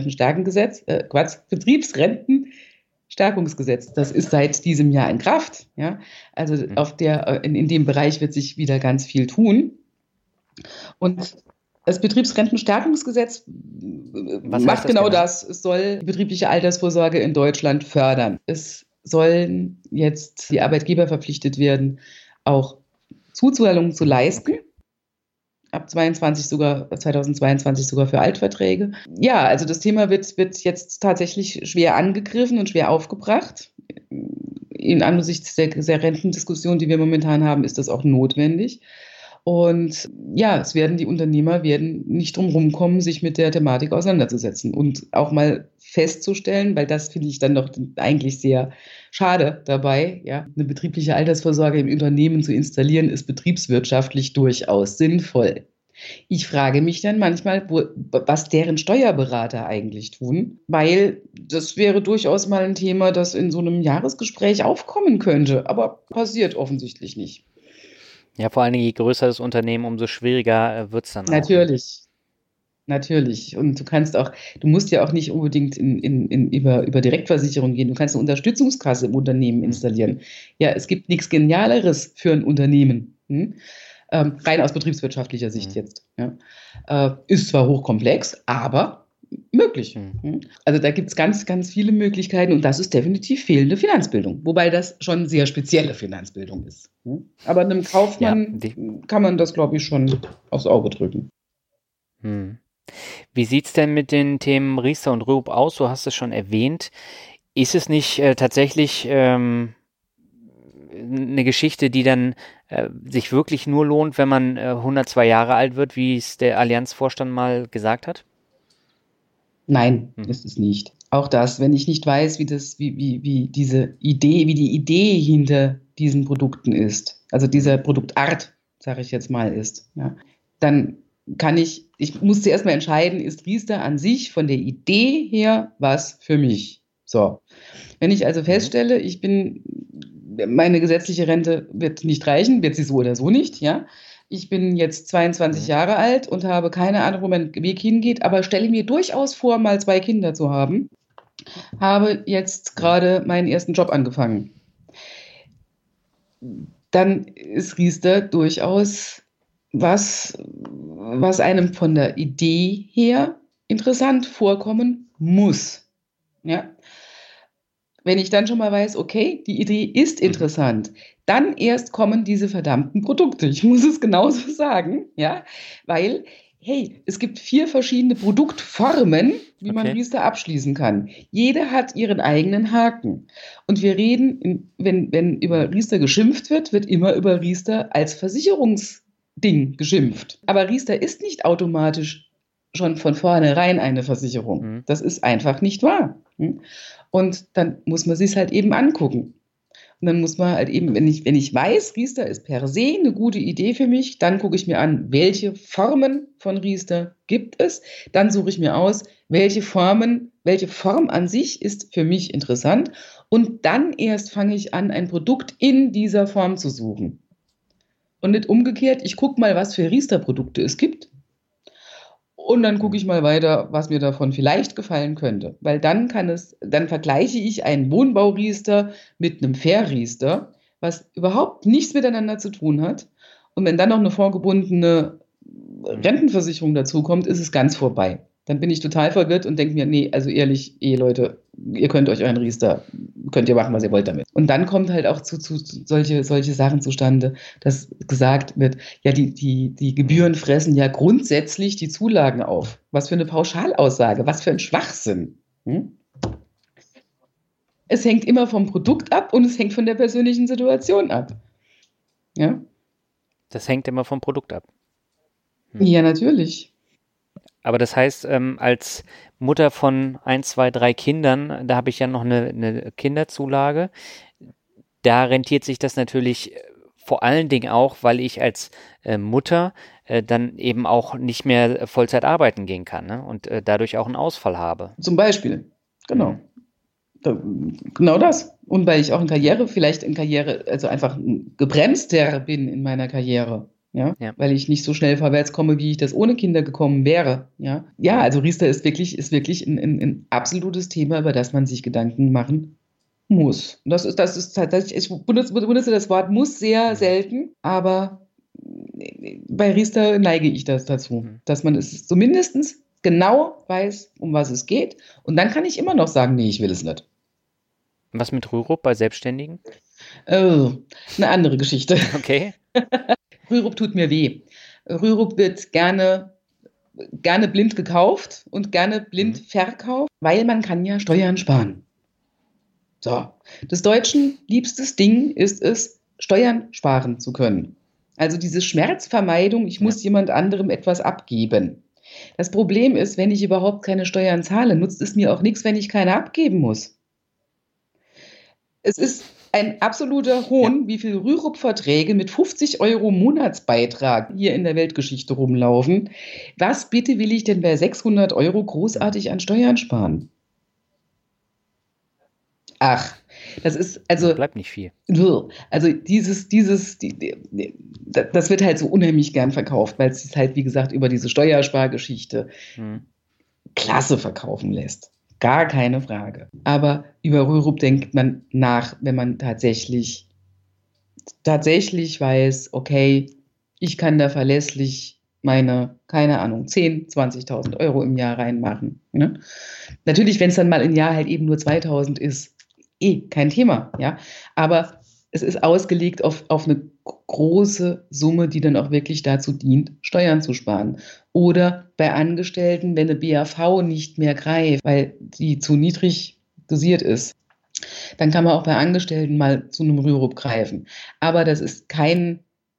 Betriebsrentenstärkungsgesetz. Das ist seit diesem Jahr in Kraft. Ja? Also in dem Bereich wird sich wieder ganz viel tun. Und das Betriebsrentenstärkungsgesetz macht genau das. Es soll die betriebliche Altersvorsorge in Deutschland fördern. Es sollen jetzt die Arbeitgeber verpflichtet werden, auch Zuzahlungen zu leisten. Ab 2022 sogar für Altverträge. Ja, also das Thema wird jetzt tatsächlich schwer angegriffen und schwer aufgebracht. Angesichts der Rentendiskussion, die wir momentan haben, ist das auch notwendig. Und ja, die Unternehmer werden nicht drum rumkommen, sich mit der Thematik auseinanderzusetzen und auch mal festzustellen, weil das finde ich dann doch eigentlich sehr schade dabei, ja, eine betriebliche Altersvorsorge im Unternehmen zu installieren, ist betriebswirtschaftlich durchaus sinnvoll. Ich frage mich dann manchmal, was deren Steuerberater eigentlich tun, weil das wäre durchaus mal ein Thema, das in so einem Jahresgespräch aufkommen könnte, aber passiert offensichtlich nicht. Ja, vor allen Dingen, je größer das Unternehmen, umso schwieriger wird es dann auch. Natürlich. Und du musst ja auch nicht unbedingt über Direktversicherung gehen. Du kannst eine Unterstützungskasse im Unternehmen installieren. Ja, es gibt nichts Genialeres für ein Unternehmen. Rein aus betriebswirtschaftlicher Sicht jetzt. Ja. Ist zwar hochkomplex, aber möglich. Also da gibt es ganz, ganz viele Möglichkeiten und das ist definitiv fehlende Finanzbildung. Wobei das schon sehr spezielle Finanzbildung ist. Aber einem Kaufmann kann man das, glaube ich, schon aufs Auge drücken. Wie sieht es denn mit den Themen Riester und Rürup aus? Du hast es schon erwähnt. Ist es nicht tatsächlich eine Geschichte, die dann sich wirklich nur lohnt, wenn man 102 Jahre alt wird, wie es der Allianzvorstand mal gesagt hat? Nein, ist es nicht. Auch das, wenn ich nicht weiß, wie die Idee hinter diesen Produkten ist, also dieser Produktart, sage ich jetzt mal, ist, ja, dann ich muss zuerst mal entscheiden, ist Riester an sich von der Idee her was für mich? So. Wenn ich also feststelle, meine gesetzliche Rente wird nicht reichen, wird sie so oder so nicht, ja. Ich bin jetzt 22 Jahre alt und habe keine Ahnung, wo mein Weg hingeht, aber stelle mir durchaus vor, mal 2 Kinder zu haben. Habe jetzt gerade meinen ersten Job angefangen. Dann ist Riester durchaus was einem von der Idee her interessant vorkommen muss. Ja? Wenn ich dann schon mal weiß, okay, die Idee ist interessant, dann erst kommen diese verdammten Produkte. Ich muss es genauso sagen, ja, weil, hey, es gibt 4 verschiedene Produktformen, wie man Riester abschließen kann. Jede hat ihren eigenen Haken. Und wir reden, wenn über Riester geschimpft wird immer über Riester als Versicherungsding geschimpft. Aber Riester ist nicht automatisch schon von vornherein eine Versicherung. Das ist einfach nicht wahr. Und dann muss man sich halt eben angucken. Und dann muss man halt eben, wenn ich weiß, Riester ist per se eine gute Idee für mich, dann gucke ich mir an, welche Formen von Riester gibt es. Dann suche ich mir aus, welche Form an sich ist für mich interessant. Und dann erst fange ich an, ein Produkt in dieser Form zu suchen. Und nicht umgekehrt, ich gucke mal, was für Riester-Produkte es gibt. Und dann gucke ich mal weiter, was mir davon vielleicht gefallen könnte. Weil dann vergleiche ich einen Wohnbauriester mit einem Fair-Riester, was überhaupt nichts miteinander zu tun hat. Und wenn dann noch eine vorgebundene Rentenversicherung dazukommt, ist es ganz vorbei. Dann bin ich total verwirrt und denke mir, nee, also ehrlich, Eheleute, ihr könnt euch euren Riester, könnt ihr machen, was ihr wollt damit. Und dann kommt halt auch zu solche Sachen zustande, dass gesagt wird, ja, die Gebühren fressen ja grundsätzlich die Zulagen auf. Was für eine Pauschalaussage, was für ein Schwachsinn. Es hängt immer vom Produkt ab und es hängt von der persönlichen Situation ab. Ja? Das hängt immer vom Produkt ab. Ja, natürlich. Aber das heißt, als Mutter von 1, 2, 3 Kindern, da habe ich ja noch eine Kinderzulage. Da rentiert sich das natürlich vor allen Dingen auch, weil ich als Mutter dann eben auch nicht mehr Vollzeit arbeiten gehen kann, ne? Und dadurch auch einen Ausfall habe. Zum Beispiel, genau. Genau das. Und weil ich auch also einfach gebremster bin in meiner Karriere. Ja? Weil ich nicht so schnell vorwärts komme, wie ich das ohne Kinder gekommen wäre. Ja, also Riester ist wirklich ein absolutes Thema, über das man sich Gedanken machen muss. Das ist tatsächlich, ich benutze das Wort muss sehr selten, aber bei Riester neige ich dazu, dass man es zumindest genau weiß, um was es geht. Und dann kann ich immer noch sagen, nee, ich will es nicht. Was mit Rürup bei Selbstständigen? Oh, eine andere Geschichte. Okay. Rürup tut mir weh. Rürup wird gerne blind gekauft und gerne blind verkauft, weil man kann ja Steuern sparen. So, des Deutschen liebstes Ding ist es, Steuern sparen zu können. Also diese Schmerzvermeidung, ich muss jemand anderem etwas abgeben. Das Problem ist, wenn ich überhaupt keine Steuern zahle, nutzt es mir auch nichts, wenn ich keine abgeben muss. Es ist ein absoluter Hohn, wie viel Rürup-Verträge mit 50 € Monatsbeitrag hier in der Weltgeschichte rumlaufen. Was bitte will ich denn bei 600 € großartig an Steuern sparen? Ach, das ist also. Bleibt nicht viel. Also das wird halt so unheimlich gern verkauft, weil es sich halt, wie gesagt, über diese Steuerspargeschichte klasse verkaufen lässt. Gar keine Frage. Aber über Rürup denkt man nach, wenn man tatsächlich weiß, okay, ich kann da verlässlich meine, keine Ahnung, 10.000, 20.000 € im Jahr reinmachen. Ne? Natürlich, wenn es dann mal im Jahr halt eben nur 2.000 ist, kein Thema. Ja? Aber es ist ausgelegt auf eine große Summe, die dann auch wirklich dazu dient, Steuern zu sparen. Oder bei Angestellten, wenn eine BAV nicht mehr greift, weil die zu niedrig dosiert ist, dann kann man auch bei Angestellten mal zu einem Rürup greifen. Aber das ist kein,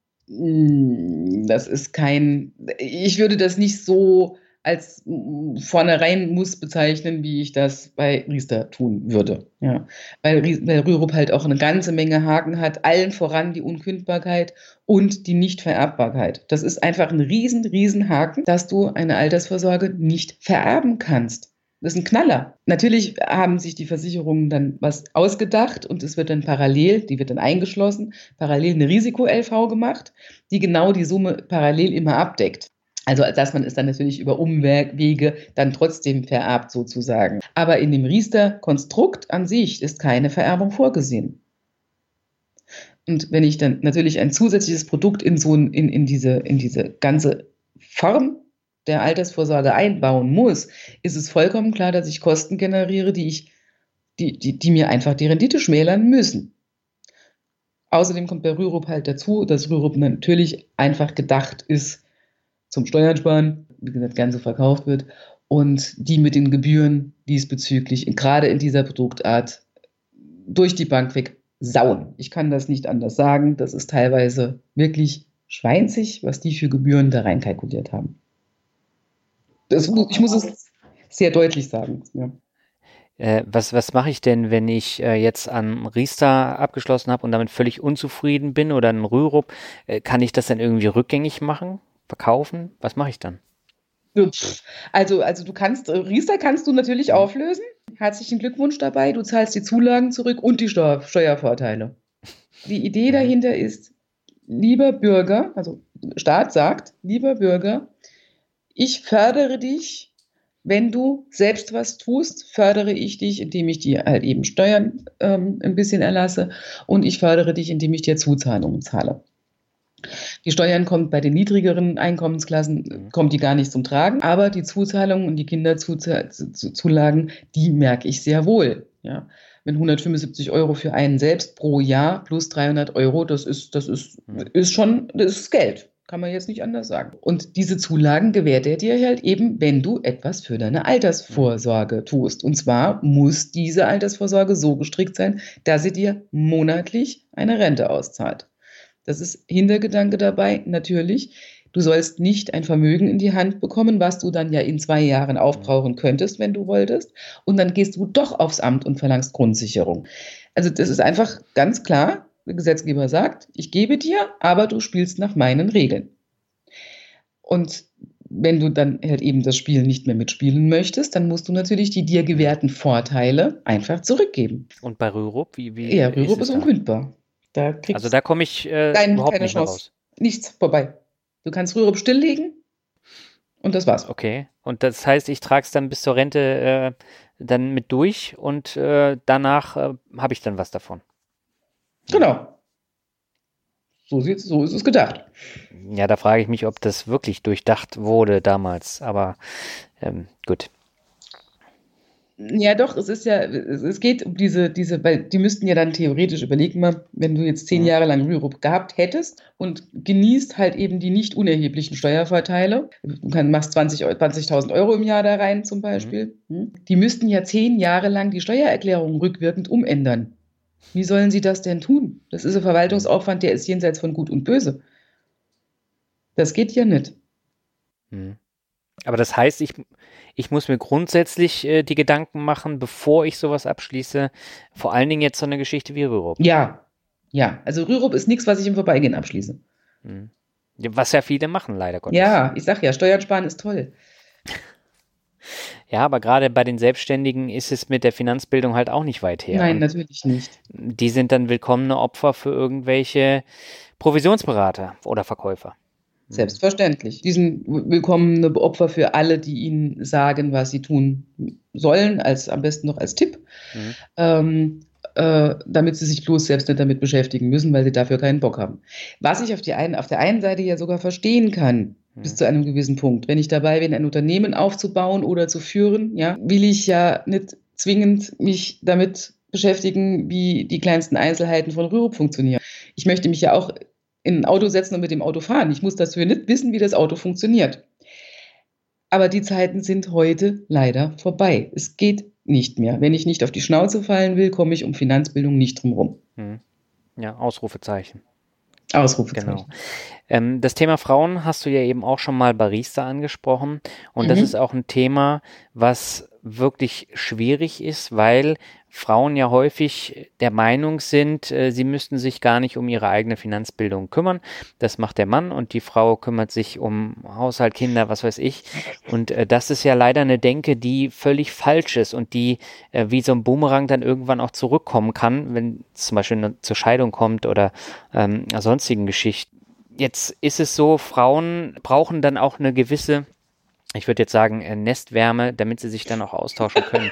ich würde das nicht so als vornherein muss bezeichnen, wie ich das bei Riester tun würde. Ja. Weil Rürup halt auch eine ganze Menge Haken hat, allen voran die Unkündbarkeit und die Nichtvererbbarkeit. Das ist einfach ein riesen Haken, dass du eine Altersvorsorge nicht vererben kannst. Das ist ein Knaller. Natürlich haben sich die Versicherungen dann was ausgedacht und es wird dann die wird dann eingeschlossen, parallel eine Risiko-LV gemacht, die genau die Summe parallel immer abdeckt. Also dass man es dann natürlich über Umwege dann trotzdem vererbt sozusagen. Aber in dem Riester-Konstrukt an sich ist keine Vererbung vorgesehen. Und wenn ich dann natürlich ein zusätzliches Produkt in diese ganze Form der Altersvorsorge einbauen muss, ist es vollkommen klar, dass ich Kosten generiere, die mir einfach die Rendite schmälern müssen. Außerdem kommt bei Rürup halt dazu, dass Rürup natürlich einfach gedacht ist, zum Steuern sparen, wie gesagt, gern so verkauft wird, und die mit den Gebühren diesbezüglich, gerade in dieser Produktart, durch die Bank weg sauen. Ich kann das nicht anders sagen. Das ist teilweise wirklich schweinzig, was die für Gebühren da reinkalkuliert haben. Ich muss es sehr deutlich sagen. Ja. Was mache ich denn, wenn ich jetzt an Riester abgeschlossen habe und damit völlig unzufrieden bin oder an Rürup? Kann ich das dann irgendwie rückgängig machen? Verkaufen? Was mache ich dann? Also Riester kannst du natürlich auflösen. Herzlichen Glückwunsch dabei. Du zahlst die Zulagen zurück und die Steuervorteile. Die Idee dahinter ist, lieber Bürger, also Staat sagt, lieber Bürger, ich fördere dich, wenn du selbst was tust, fördere ich dich, indem ich dir halt eben Steuern ein bisschen erlasse und ich fördere dich, indem ich dir Zuzahlungen zahle. Die Steuern kommen bei den niedrigeren Einkommensklassen, kommt die gar nicht zum Tragen, aber die Zuzahlungen und die Kinderzulagen, die merke ich sehr wohl. Ja. Wenn 175 € für einen selbst pro Jahr plus 300 €, das ist Geld. Kann man jetzt nicht anders sagen. Und diese Zulagen gewährt er dir halt eben, wenn du etwas für deine Altersvorsorge tust. Und zwar muss diese Altersvorsorge so gestrickt sein, dass sie dir monatlich eine Rente auszahlt. Das ist Hintergedanke dabei, natürlich. Du sollst nicht ein Vermögen in die Hand bekommen, was du dann ja in 2 Jahren aufbrauchen könntest, wenn du wolltest. Und dann gehst du doch aufs Amt und verlangst Grundsicherung. Also das ist einfach ganz klar. Der Gesetzgeber sagt, ich gebe dir, aber du spielst nach meinen Regeln. Und wenn du dann halt eben das Spiel nicht mehr mitspielen möchtest, dann musst du natürlich die dir gewährten Vorteile einfach zurückgeben. Und bei Rürup? Ja, Rürup ist unkündbar. Also da komme ich überhaupt keine nicht mehr Chance. raus. Nichts, vorbei. Du kannst Rürup stilllegen und das war's. Okay, und das heißt, ich trage es dann bis zur Rente dann mit durch und danach habe ich dann was davon. Genau. So ist es gedacht. Ja, da frage ich mich, ob das wirklich durchdacht wurde damals, aber gut. Ja, doch, es geht um diese, weil die müssten ja dann theoretisch, überlegen mal, wenn du jetzt 10 Jahre lang Rürup gehabt hättest und genießt halt eben die nicht unerheblichen Steuervorteile, du machst 20.000 € im Jahr da rein zum Beispiel, die müssten ja 10 Jahre lang die Steuererklärung rückwirkend umändern. Wie sollen sie das denn tun? Das ist ein Verwaltungsaufwand, der ist jenseits von Gut und Böse. Das geht ja nicht. Aber das heißt, ich muss mir grundsätzlich die Gedanken machen, bevor ich sowas abschließe, vor allen Dingen jetzt so eine Geschichte wie Rürup. Ja. Also Rürup ist nichts, was ich im Vorbeigehen abschließe. Was ja viele machen, leider Gottes. Ja, ich sag ja, Steuern sparen ist toll. Ja, aber gerade bei den Selbstständigen ist es mit der Finanzbildung halt auch nicht weit her. Nein, natürlich nicht. Die sind dann willkommene Opfer für irgendwelche Provisionsberater oder Verkäufer. Selbstverständlich. Die sind willkommene Opfer für alle, die ihnen sagen, was sie tun sollen, am besten noch als Tipp, damit sie sich bloß selbst nicht damit beschäftigen müssen, weil sie dafür keinen Bock haben. Was ich auf der einen Seite ja sogar verstehen kann, bis zu einem gewissen Punkt. Wenn ich dabei bin, ein Unternehmen aufzubauen oder zu führen, ja, will ich ja nicht zwingend mich damit beschäftigen, wie die kleinsten Einzelheiten von Rürup funktionieren. Ich möchte mich ja auch in ein Auto setzen und mit dem Auto fahren. Ich muss dafür nicht wissen, wie das Auto funktioniert. Aber die Zeiten sind heute leider vorbei. Es geht nicht mehr. Wenn ich nicht auf die Schnauze fallen will, komme ich um Finanzbildung nicht drum rum. Ja, Ausrufezeichen. Ausrufezeichen. Genau. Das Thema Frauen hast du ja eben auch schon mal bei Riester angesprochen. Und das ist auch ein Thema, was wirklich schwierig ist, weil Frauen ja häufig der Meinung sind, sie müssten sich gar nicht um ihre eigene Finanzbildung kümmern. Das macht der Mann und die Frau kümmert sich um Haushalt, Kinder, was weiß ich. Und das ist ja leider eine Denke, die völlig falsch ist und die wie so ein Boomerang dann irgendwann auch zurückkommen kann, wenn es zum Beispiel zur Scheidung kommt oder sonstigen Geschichten. Jetzt ist es so, Frauen brauchen dann auch eine gewisse, ich würde jetzt sagen, Nestwärme, damit sie sich dann auch austauschen können.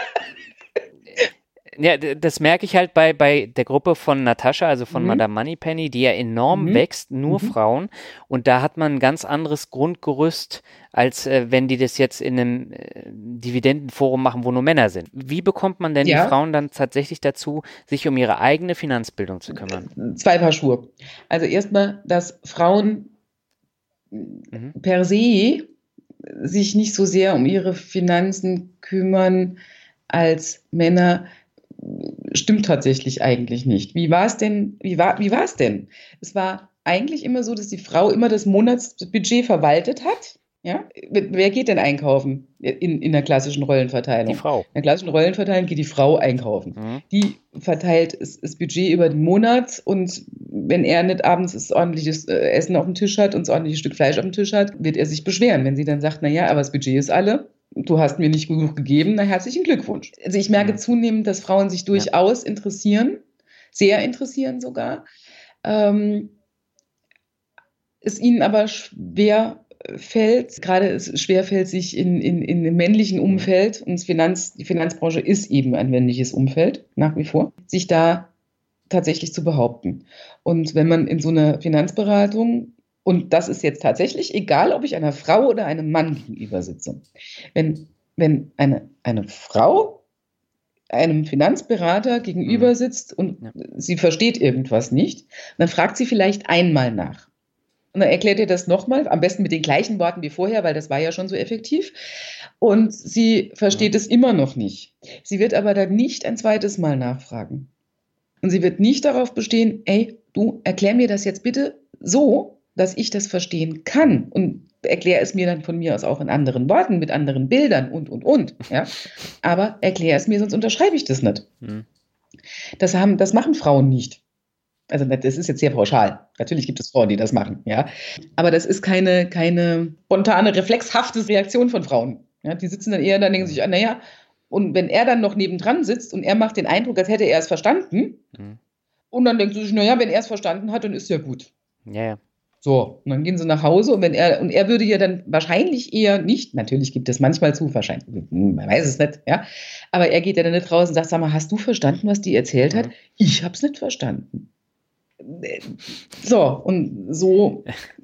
Ja, das merke ich halt bei der Gruppe von Natascha, also von Madame Moneypenny, die ja enorm wächst, nur Frauen. Und da hat man ein ganz anderes Grundgerüst, als wenn die das jetzt in einem Dividendenforum machen, wo nur Männer sind. Wie bekommt man denn die Frauen dann tatsächlich dazu, sich um ihre eigene Finanzbildung zu kümmern? 2 Paar Schuhe. Also erstmal, dass Frauen per se sich nicht so sehr um ihre Finanzen kümmern als Männer, stimmt tatsächlich eigentlich nicht. Wie war es denn? Es war eigentlich immer so, dass die Frau immer das Monatsbudget verwaltet hat. Ja? Wer geht denn einkaufen in der klassischen Rollenverteilung? Die Frau. In der klassischen Rollenverteilung geht die Frau einkaufen. Die verteilt das Budget über den Monat und wenn er nicht abends das ordentliches Essen auf dem Tisch hat und das ordentliche Stück Fleisch auf dem Tisch hat, wird er sich beschweren, wenn sie dann sagt, naja, aber das Budget ist alle. Du hast mir nicht genug gegeben, na herzlichen Glückwunsch. Also ich merke zunehmend, dass Frauen sich durchaus interessieren, sehr interessieren sogar, es ihnen aber schwer fällt, sich in männlichen Umfeld, und die Finanzbranche ist eben ein männliches Umfeld, nach wie vor, sich da tatsächlich zu behaupten. Und wenn man in so einer Finanzberatung, und das ist jetzt tatsächlich egal, ob ich einer Frau oder einem Mann gegenüber sitze. Wenn eine Frau einem Finanzberater gegenüber sitzt und sie versteht irgendwas nicht, dann fragt sie vielleicht einmal nach. Und dann erklärt ihr das nochmal, am besten mit den gleichen Worten wie vorher, weil das war ja schon so effektiv. Und sie versteht es immer noch nicht. Sie wird aber dann nicht ein zweites Mal nachfragen. Und sie wird nicht darauf bestehen, ey, du, erklär mir das jetzt bitte so, dass ich das verstehen kann, und erklär es mir dann von mir aus auch in anderen Worten, mit anderen Bildern und. Ja? Aber erklär es mir, sonst unterschreibe ich das nicht. Das machen Frauen nicht. Also das ist jetzt sehr pauschal. Natürlich gibt es Frauen, die das machen. Ja? Aber das ist keine spontane, reflexhafte Reaktion von Frauen. Ja? Die sitzen dann eher, dann denken sich, naja, und wenn er dann noch nebendran sitzt und er macht den Eindruck, als hätte er es verstanden, und dann denkt sie sich, naja, wenn er es verstanden hat, dann ist ja gut. Ja. So, und dann gehen sie nach Hause und er würde ja dann wahrscheinlich eher nicht, natürlich gibt es manchmal zu, wahrscheinlich, man weiß es nicht, ja, aber er geht ja dann nicht raus und sagt, sag mal, hast du verstanden, was die erzählt hat? Ich hab's nicht verstanden. So, und so,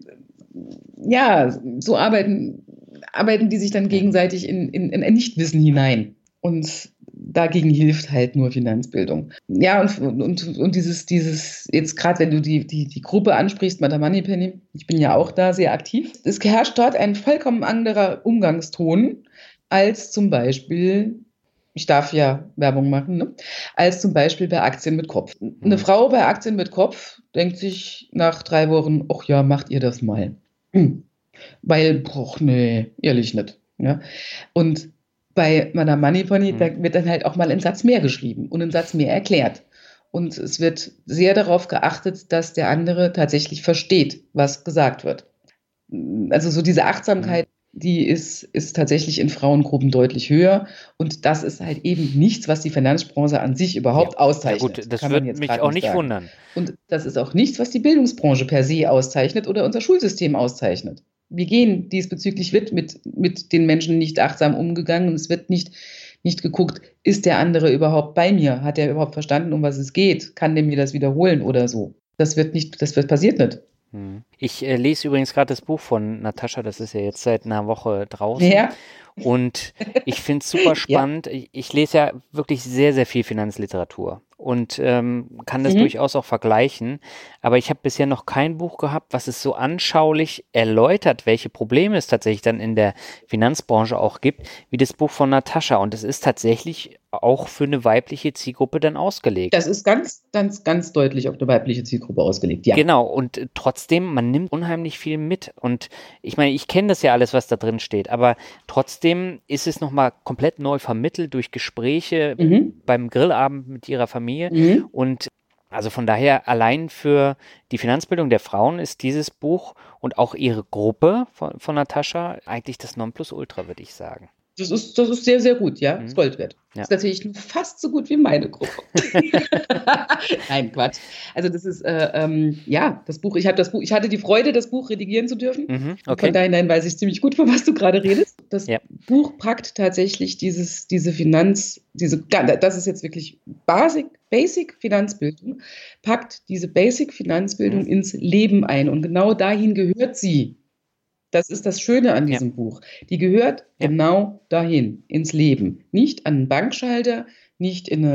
so arbeiten die sich dann gegenseitig in ein Nichtwissen hinein. Und dagegen hilft halt nur Finanzbildung. Ja, und dieses jetzt gerade, wenn du die Gruppe ansprichst, Madame Moneypenny, ich bin ja auch da sehr aktiv, es herrscht dort ein vollkommen anderer Umgangston als zum Beispiel, ich darf ja Werbung machen, ne? Als zum Beispiel bei Aktien mit Kopf. Eine Frau bei Aktien mit Kopf denkt sich nach 3 Wochen, ach ja, macht ihr das mal. Weil, nee, ehrlich nicht. Ja? Und bei Madame Moneypenny, da wird dann halt auch mal ein Satz mehr geschrieben und ein Satz mehr erklärt. Und es wird sehr darauf geachtet, dass der andere tatsächlich versteht, was gesagt wird. Also so diese Achtsamkeit, die ist tatsächlich in Frauengruppen deutlich höher. Und das ist halt eben nichts, was die Finanzbranche an sich überhaupt auszeichnet. Ja gut, das würde mich auch nicht wundern. Und das ist auch nichts, was die Bildungsbranche per se auszeichnet oder unser Schulsystem auszeichnet. Wir gehen diesbezüglich mit den Menschen nicht achtsam umgegangen, und es wird nicht geguckt, ist der andere überhaupt bei mir? Hat er überhaupt verstanden, um was es geht? Kann der mir das wiederholen oder so? Das passiert nicht. Ich lese übrigens gerade das Buch von Natascha, das ist ja jetzt seit einer Woche draußen. Ja. Und ich finde es super Ja. spannend. Ich lese ja wirklich sehr, sehr viel Finanzliteratur und kann das Mhm. durchaus auch vergleichen. Aber ich habe bisher noch kein Buch gehabt, was es so anschaulich erläutert, welche Probleme es tatsächlich dann in der Finanzbranche auch gibt, wie das Buch von Natascha. Und es ist tatsächlich auch für eine weibliche Zielgruppe dann ausgelegt. Das ist ganz, ganz, ganz deutlich auf eine weibliche Zielgruppe ausgelegt. Ja. Genau, und trotzdem, man nimmt unheimlich viel mit. Und ich meine, ich kenne das ja alles, was da drin steht, aber trotzdem ist es nochmal komplett neu vermittelt durch Gespräche Mhm. beim Grillabend mit ihrer Familie. Mhm. Und also von daher, allein für die Finanzbildung der Frauen ist dieses Buch und auch ihre Gruppe von Natascha eigentlich das Nonplusultra, würde ich sagen. Das ist sehr, sehr gut, ja. Mhm. Ist Gold wert. Ja. Ist natürlich nur fast so gut wie meine Gruppe. Nein, Quatsch. Also das ist, ja, das Buch, ich hatte die Freude, das Buch redigieren zu dürfen. Mhm, Und okay. von daher weiß ich ziemlich gut, von was du gerade redest. Das Ja. Buch packt tatsächlich das ist jetzt wirklich Basic Finanzbildung, packt diese Basic Finanzbildung ins Leben ein. Und genau dahin gehört sie. Das ist das Schöne an diesem Buch. Die gehört Ja. genau dahin, ins Leben. Nicht an einen Bankschalter, nicht in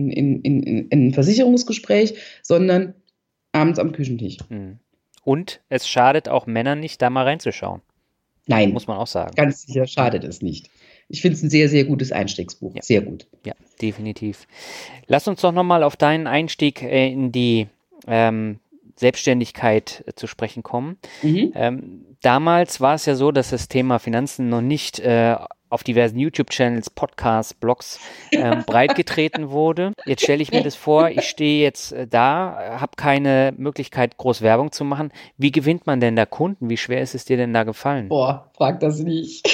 ein Versicherungsgespräch, sondern abends am Küchentisch. Mhm. Und es schadet auch Männern nicht, da mal reinzuschauen, Nein, muss man auch sagen. ganz sicher schadet es nicht. Ich finde es ein sehr, sehr gutes Einstiegsbuch. Ja. Sehr gut. Ja, definitiv. Lass uns doch nochmal auf deinen Einstieg in die Selbstständigkeit zu sprechen kommen. Mhm. Damals war es ja so, dass das Thema Finanzen noch nicht auf diversen YouTube-Channels, Podcasts, Blogs breitgetreten wurde. Jetzt stelle ich mir das vor, ich stehe jetzt da, habe keine Möglichkeit, groß Werbung zu machen. Wie gewinnt man denn da Kunden? Wie schwer ist es dir denn da gefallen? Boah, frag das nicht.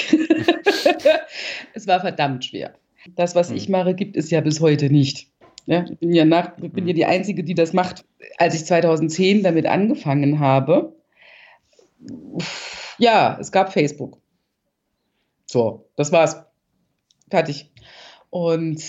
Es war verdammt schwer. Das, was ich mache, gibt es ja bis heute nicht. Ja, ich bin ja die Einzige, die das macht. Als ich 2010 damit angefangen habe, ja, es gab Facebook. So, das war's. Fertig. Und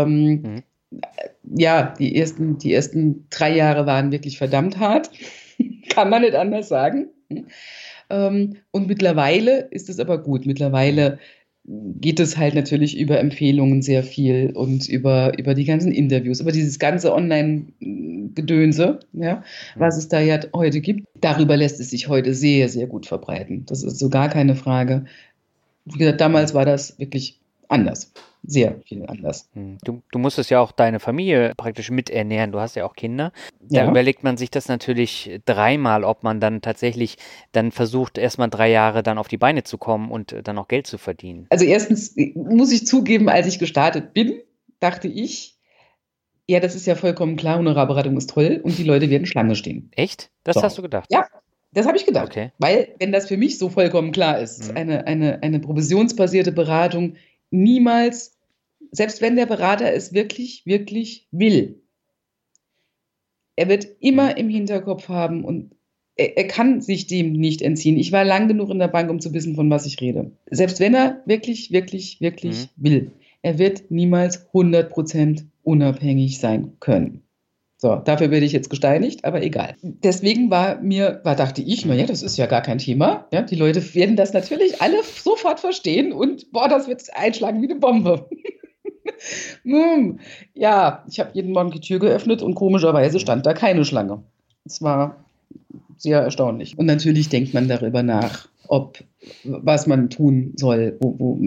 ja, die ersten 3 Jahre waren wirklich verdammt hart. Kann man nicht anders sagen. Und mittlerweile ist es aber gut. Mittlerweile geht es halt natürlich über Empfehlungen sehr viel und über die ganzen Interviews, über dieses ganze Online-Gedönse, ja, was es da ja heute gibt. Darüber lässt es sich heute sehr, sehr gut verbreiten. Das ist so gar keine Frage. Wie gesagt, damals war das wirklich anders. Sehr viel anders. Du musstest ja auch deine Familie praktisch miternähren. Du hast ja auch Kinder. Da Ja. überlegt man sich das natürlich dreimal, ob man dann tatsächlich dann versucht, erstmal 3 Jahre dann auf die Beine zu kommen und dann auch Geld zu verdienen. Also erstens muss ich zugeben, als ich gestartet bin, dachte ich, ja, das ist ja vollkommen klar, Honorarberatung ist toll und die Leute werden Schlange stehen. Echt? Das So. hast du gedacht? Ja, das habe ich gedacht. Okay. Weil, wenn das für mich so vollkommen klar ist, eine provisionsbasierte Beratung niemals, selbst wenn der Berater es wirklich, wirklich will, er wird immer im Hinterkopf haben und er kann sich dem nicht entziehen. Ich war lang genug in der Bank, um zu wissen, von was ich rede. Selbst wenn er wirklich, wirklich, wirklich will, er wird niemals 100% unabhängig sein können. So, dafür werde ich jetzt gesteinigt, aber egal. Deswegen dachte ich, naja, das ist ja gar kein Thema. Ja, die Leute werden das natürlich alle sofort verstehen und boah, das wird einschlagen wie eine Bombe. Ja, ich habe jeden Morgen die Tür geöffnet und komischerweise stand da keine Schlange. Es war sehr erstaunlich. Und natürlich denkt man darüber nach, was man tun soll,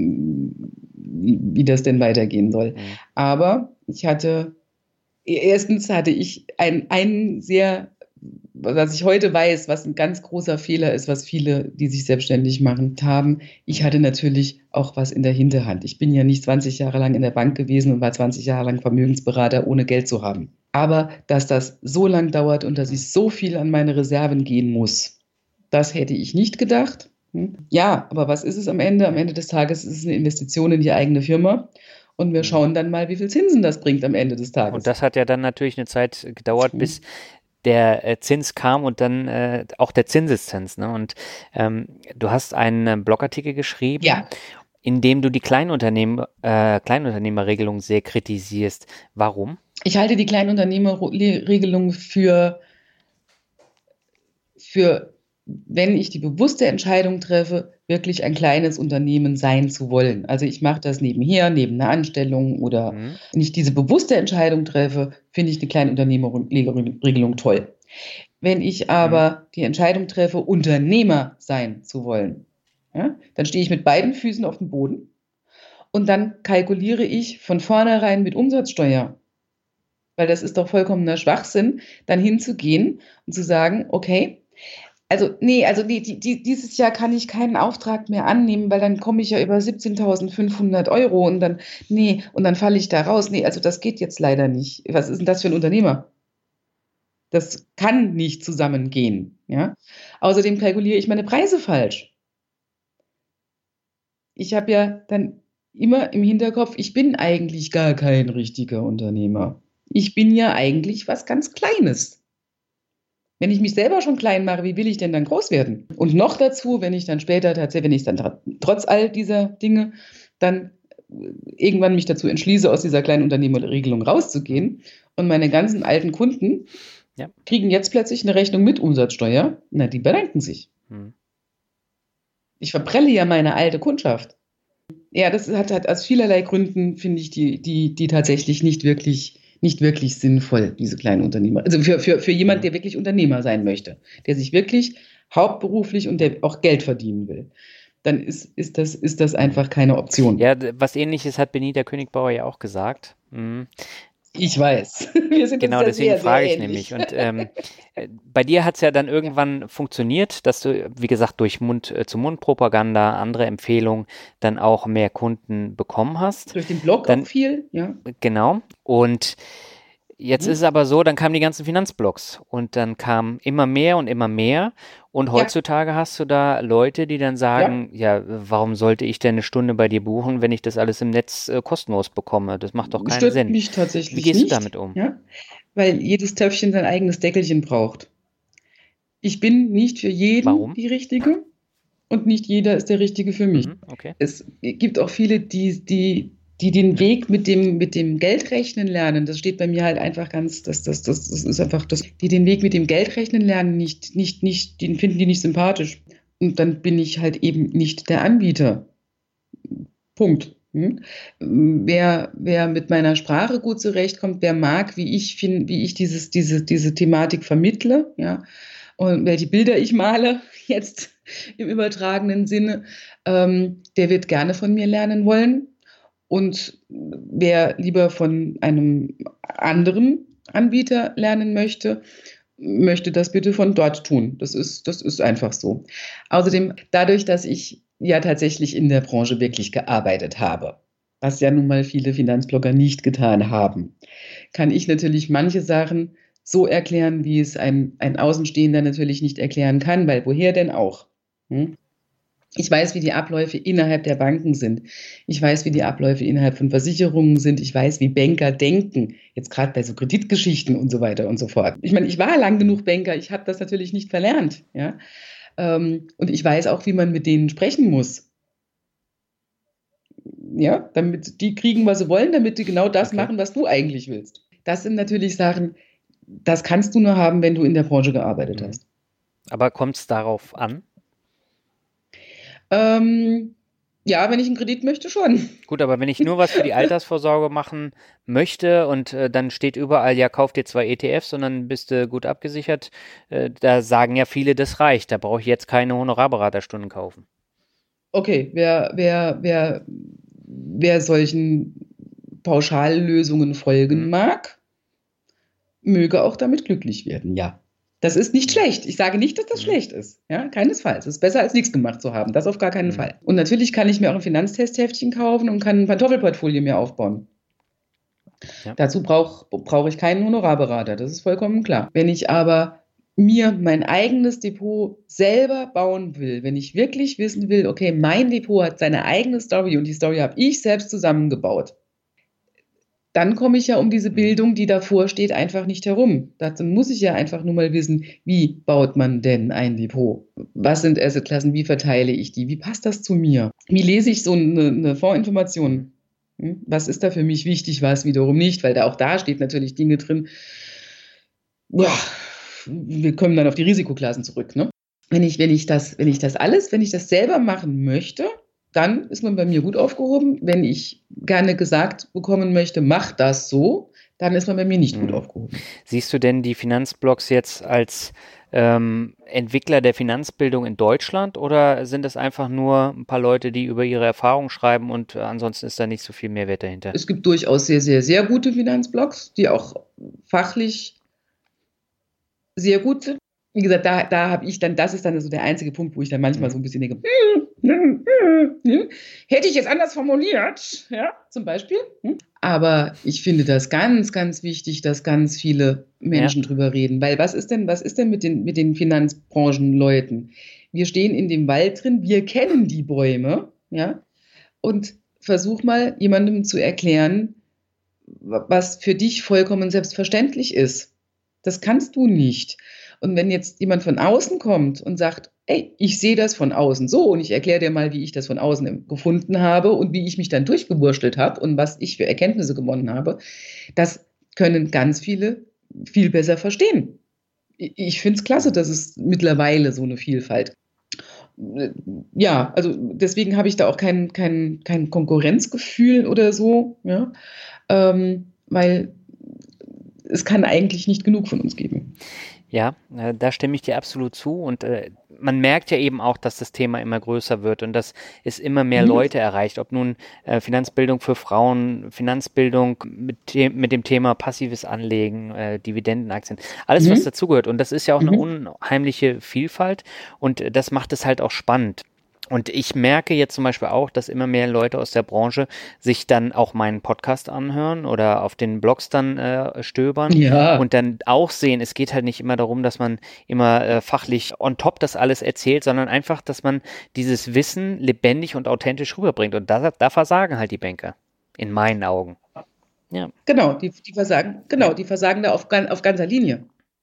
wie das denn weitergehen soll. Aber erstens hatte ich einen sehr, was ich heute weiß, was ein ganz großer Fehler ist, was viele, die sich selbstständig machen, haben. Ich hatte natürlich auch was in der Hinterhand. Ich bin ja nicht 20 Jahre lang in der Bank gewesen und war 20 Jahre lang Vermögensberater, ohne Geld zu haben. Aber dass das so lang dauert und dass ich so viel an meine Reserven gehen muss, das hätte ich nicht gedacht. Ja, aber was ist es am Ende? Am Ende des Tages ist es eine Investition in die eigene Firma. Und wir schauen dann mal, wie viel Zinsen das bringt am Ende des Tages. Und das hat ja dann natürlich eine Zeit gedauert, bis der Zins kam und dann auch der Zinseszins. Ne? Und du hast einen Blogartikel geschrieben, in dem du die Kleinunternehmerregelung sehr kritisierst. Warum? Ich halte die Kleinunternehmerregelung für wenn ich die bewusste Entscheidung treffe, wirklich ein kleines Unternehmen sein zu wollen. Also ich mache das nebenher, neben einer Anstellung oder wenn ich diese bewusste Entscheidung treffe, finde ich eine kleine Unternehmerregelung toll. Wenn ich aber die Entscheidung treffe, Unternehmer sein zu wollen, ja, dann stehe ich mit beiden Füßen auf dem Boden und dann kalkuliere ich von vornherein mit Umsatzsteuer. Weil das ist doch vollkommener Schwachsinn, dann hinzugehen und zu sagen, okay, dieses Jahr kann ich keinen Auftrag mehr annehmen, weil dann komme ich ja über 17.500 Euro und dann falle ich da raus. Nee, also das geht jetzt leider nicht. Was ist denn das für ein Unternehmer? Das kann nicht zusammengehen. Ja? Außerdem kalkuliere ich meine Preise falsch. Ich habe ja dann immer im Hinterkopf, ich bin eigentlich gar kein richtiger Unternehmer. Ich bin ja eigentlich was ganz Kleines. Wenn ich mich selber schon klein mache, wie will ich denn dann groß werden? Und noch dazu, wenn ich dann trotz all dieser Dinge dann irgendwann mich dazu entschließe, aus dieser kleinen Unternehmerregelung rauszugehen und meine ganzen alten Kunden kriegen jetzt plötzlich eine Rechnung mit Umsatzsteuer, die bedanken sich. Ich verprelle ja meine alte Kundschaft. Ja, das hat aus vielerlei Gründen, finde ich, die tatsächlich nicht wirklich sinnvoll, diese kleinen Unternehmer. Also für jemand, der wirklich Unternehmer sein möchte, der sich wirklich hauptberuflich und der auch Geld verdienen will, dann ist das einfach keine Option. Ja, was Ähnliches hat Benita Königbauer ja auch gesagt. Ich weiß. Wir sind genau, uns da deswegen sehr, frage sehr ich ähnlich. nämlich. Und bei dir hat es ja dann irgendwann funktioniert, dass du, wie gesagt, durch Mund-zu-Mund-Propaganda, andere Empfehlungen, dann auch mehr Kunden bekommen hast. Durch den Blog dann, auch viel, ja. Genau. Und jetzt ist es aber so, dann kamen die ganzen Finanzblogs und dann kam immer mehr und immer mehr. Und heutzutage hast du da Leute, die dann sagen, warum sollte ich denn eine Stunde bei dir buchen, wenn ich das alles im Netz kostenlos bekomme? Das macht doch keinen Stört Sinn. mich tatsächlich Wie gehst nicht, du damit um? Ja? Weil jedes Töpfchen sein eigenes Deckelchen braucht. Ich bin nicht für jeden die Richtige und nicht jeder ist der Richtige für mich. Okay. Es gibt auch viele, die den Weg mit dem Geldrechnen lernen, das steht bei mir halt einfach das ist einfach das, die den Weg mit dem Geldrechnen lernen, den finden die nicht sympathisch. Und dann bin ich halt eben nicht der Anbieter. Punkt. Wer mit meiner Sprache gut zurechtkommt, wer mag, wie ich diese Thematik vermittle, ja, und welche Bilder ich male, jetzt im übertragenen Sinne, der wird gerne von mir lernen wollen. Und wer lieber von einem anderen Anbieter lernen möchte das bitte von dort tun. Das ist einfach so. Außerdem, dadurch, dass ich ja tatsächlich in der Branche wirklich gearbeitet habe, was ja nun mal viele Finanzblogger nicht getan haben, kann ich natürlich manche Sachen so erklären, wie es ein Außenstehender natürlich nicht erklären kann, weil woher denn auch? Ich weiß, wie die Abläufe innerhalb der Banken sind. Ich weiß, wie die Abläufe innerhalb von Versicherungen sind. Ich weiß, wie Banker denken. Jetzt gerade bei so Kreditgeschichten und so weiter und so fort. Ich meine, ich war lang genug Banker. Ich habe das natürlich nicht verlernt. Ja? Und ich weiß auch, wie man mit denen sprechen muss. Ja, damit die kriegen, was sie wollen, damit die genau das machen, was du eigentlich willst. Das sind natürlich Sachen, das kannst du nur haben, wenn du in der Branche gearbeitet hast. Aber kommt es darauf an? Ja, wenn ich einen Kredit möchte, schon. Gut, aber wenn ich nur was für die Altersvorsorge machen möchte und dann steht überall, ja, kauf dir 2 ETFs und dann bist du gut abgesichert, da sagen ja viele, das reicht, da brauche ich jetzt keine Honorarberaterstunden kaufen. Okay, wer solchen Pauschallösungen folgen mag, möge auch damit glücklich werden, ja. Das ist nicht schlecht. Ich sage nicht, dass das schlecht ist. Ja, keinesfalls. Es ist besser, als nichts gemacht zu haben. Das auf gar keinen Fall. Und natürlich kann ich mir auch ein Finanztestheftchen kaufen und kann ein Pantoffelportfolio mir aufbauen. Ja. Dazu brauche ich keinen Honorarberater. Das ist vollkommen klar. Wenn ich aber mir mein eigenes Depot selber bauen will, wenn ich wirklich wissen will, okay, mein Depot hat seine eigene Story und die Story habe ich selbst zusammengebaut, dann komme ich ja um diese Bildung, die davor steht, einfach nicht herum. Dazu muss ich ja einfach nur mal wissen, wie baut man denn ein Depot? Was sind Assetklassen? Wie verteile ich die? Wie passt das zu mir? Wie lese ich so eine Fondsinformation? Was ist da für mich wichtig, was wiederum nicht? Weil auch da steht natürlich Dinge drin. Ja, wir kommen dann auf die Risikoklassen zurück, ne? wenn ich das selber machen möchte, dann ist man bei mir gut aufgehoben. Wenn ich gerne gesagt bekommen möchte, mach das so, dann ist man bei mir nicht gut aufgehoben. Siehst du denn die Finanzblogs jetzt als Entwickler der Finanzbildung in Deutschland oder sind es einfach nur ein paar Leute, die über ihre Erfahrungen schreiben und ansonsten ist da nicht so viel Mehrwert dahinter? Es gibt durchaus sehr, sehr, sehr gute Finanzblogs, die auch fachlich sehr gut sind. Wie gesagt, da habe ich dann, das ist dann so der einzige Punkt, wo ich dann manchmal so ein bisschen denke, hätte ich jetzt anders formuliert, ja, zum Beispiel. Aber ich finde das ganz, ganz wichtig, dass ganz viele Menschen drüber reden. Weil was ist denn mit den Finanzbranchenleuten? Wir stehen in dem Wald drin, wir kennen die Bäume, ja, und versuch mal jemandem zu erklären, was für dich vollkommen selbstverständlich ist. Das kannst du nicht. Und wenn jetzt jemand von außen kommt und sagt, ey, ich sehe das von außen so und ich erkläre dir mal, wie ich das von außen gefunden habe und wie ich mich dann durchgewurschtelt habe und was ich für Erkenntnisse gewonnen habe, das können ganz viele viel besser verstehen. Ich finde es klasse, dass es mittlerweile so eine Vielfalt. Ja, also deswegen habe ich da auch kein Konkurrenzgefühl oder so, ja, weil es kann eigentlich nicht genug von uns geben. Ja, da stimme ich dir absolut zu und man merkt ja eben auch, dass das Thema immer größer wird und dass es immer mehr Leute erreicht, ob nun Finanzbildung für Frauen, Finanzbildung mit dem Thema passives Anlegen, Dividendenaktien, alles was dazugehört und das ist ja auch eine unheimliche Vielfalt und das macht es halt auch spannend. Und ich merke jetzt zum Beispiel auch, dass immer mehr Leute aus der Branche sich dann auch meinen Podcast anhören oder auf den Blogs dann stöbern und dann auch sehen, es geht halt nicht immer darum, dass man immer fachlich on top das alles erzählt, sondern einfach, dass man dieses Wissen lebendig und authentisch rüberbringt. Und da versagen halt die Banker, in meinen Augen. Ja. Genau, die versagen da auf ganzer Linie.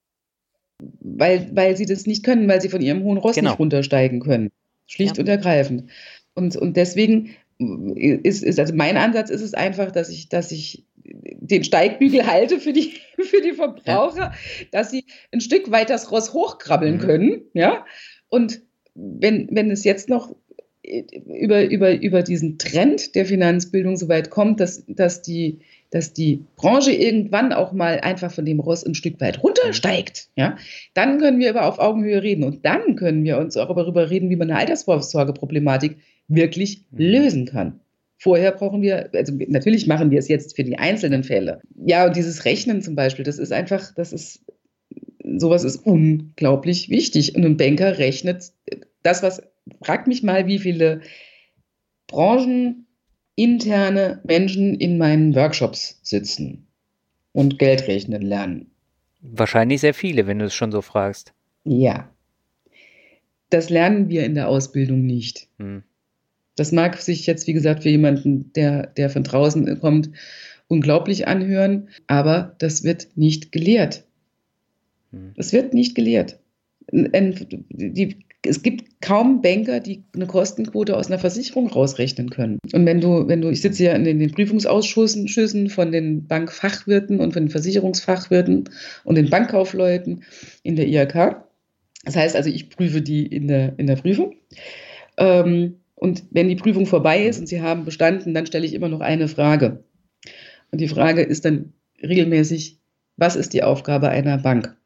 Weil sie das nicht können, weil sie von ihrem hohen Ross nicht runtersteigen können. Schlicht und ergreifend. Und deswegen ist also mein Ansatz ist es einfach, dass ich den Steigbügel halte für die Verbraucher, dass sie ein Stück weit das Ross hochkrabbeln können, ja. Und wenn es jetzt noch über diesen Trend der Finanzbildung so weit kommt, dass die Branche irgendwann auch mal einfach von dem Ross ein Stück weit runtersteigt, ja, dann können wir aber auf Augenhöhe reden und dann können wir uns auch darüber reden, wie man eine Altersvorsorgeproblematik wirklich lösen kann. Vorher brauchen wir, also natürlich machen wir es jetzt für die einzelnen Fälle. Ja, und dieses Rechnen zum Beispiel, sowas ist unglaublich wichtig. Und ein Banker rechnet frag mich mal, wie viele brancheninterne Menschen in meinen Workshops sitzen und Geld rechnen lernen. Wahrscheinlich sehr viele, wenn du es schon so fragst. Ja. Das lernen wir in der Ausbildung nicht. Das mag sich jetzt, wie gesagt, für jemanden, der von draußen kommt, unglaublich anhören, aber das wird nicht gelehrt. Es wird nicht gelehrt. Es gibt kaum Banker, die eine Kostenquote aus einer Versicherung rausrechnen können. Und ich sitze ja in den Prüfungsausschüssen von den Bankfachwirten und von den Versicherungsfachwirten und den Bankkaufleuten in der IHK. Das heißt also, ich prüfe die in der Prüfung. Und wenn die Prüfung vorbei ist und sie haben bestanden, dann stelle ich immer noch eine Frage. Und die Frage ist dann regelmäßig, was ist die Aufgabe einer Bank?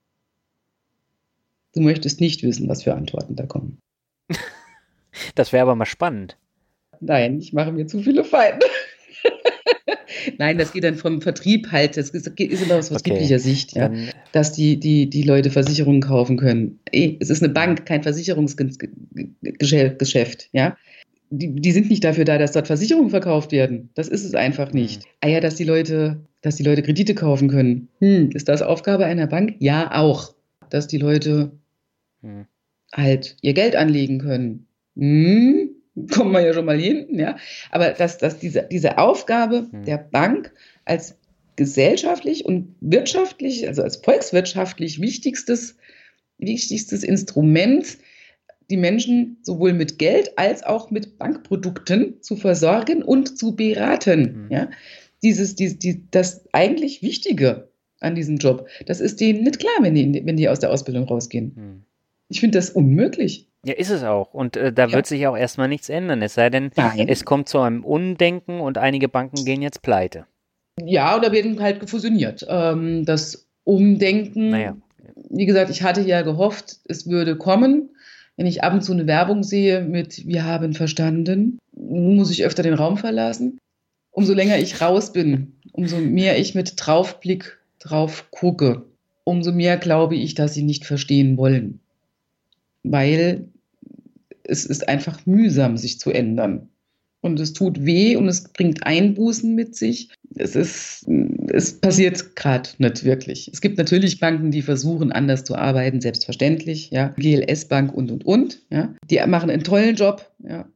Du möchtest nicht wissen, was für Antworten da kommen. Das wäre aber mal spannend. Nein, ich mache mir zu viele Feinde. Nein, das geht dann vom Vertrieb halt, das ist immer aus vertrieblicher Sicht, ja, dass die Leute Versicherungen kaufen können. Es ist eine Bank, kein Versicherungsgeschäft, ja. Die sind nicht dafür da, dass dort Versicherungen verkauft werden. Das ist es einfach nicht. Dass die Leute Kredite kaufen können. Ist das Aufgabe einer Bank? Ja, auch. Dass die Leute halt ihr Geld anlegen können. Kommen wir ja schon mal hin, ja. Aber dass diese Aufgabe der Bank als gesellschaftlich und wirtschaftlich, also als volkswirtschaftlich wichtigstes Instrument, die Menschen sowohl mit Geld als auch mit Bankprodukten zu versorgen und zu beraten. Ja? Das eigentlich Wichtige an diesem Job, das ist denen nicht klar, wenn die aus der Ausbildung rausgehen. Ich finde das unmöglich. Ja, ist es auch. Und da wird sich auch erstmal nichts ändern. Es sei denn, Nein. es kommt zu einem Umdenken und einige Banken gehen jetzt pleite. Ja, oder werden halt gefusioniert. Das Umdenken, Naja. wie gesagt, ich hatte ja gehofft, es würde kommen. Wenn ich ab und zu eine Werbung sehe mit "Wir haben verstanden", muss ich öfter den Raum verlassen. Umso länger ich raus bin, umso mehr ich mit Draufblick drauf gucke, umso mehr glaube ich, dass sie nicht verstehen wollen. Weil es ist einfach mühsam, sich zu ändern. Und es tut weh und es bringt Einbußen mit sich. Es passiert gerade nicht wirklich. Es gibt natürlich Banken, die versuchen, anders zu arbeiten, selbstverständlich, ja. GLS-Bank und, ja. Die machen einen tollen Job, ja.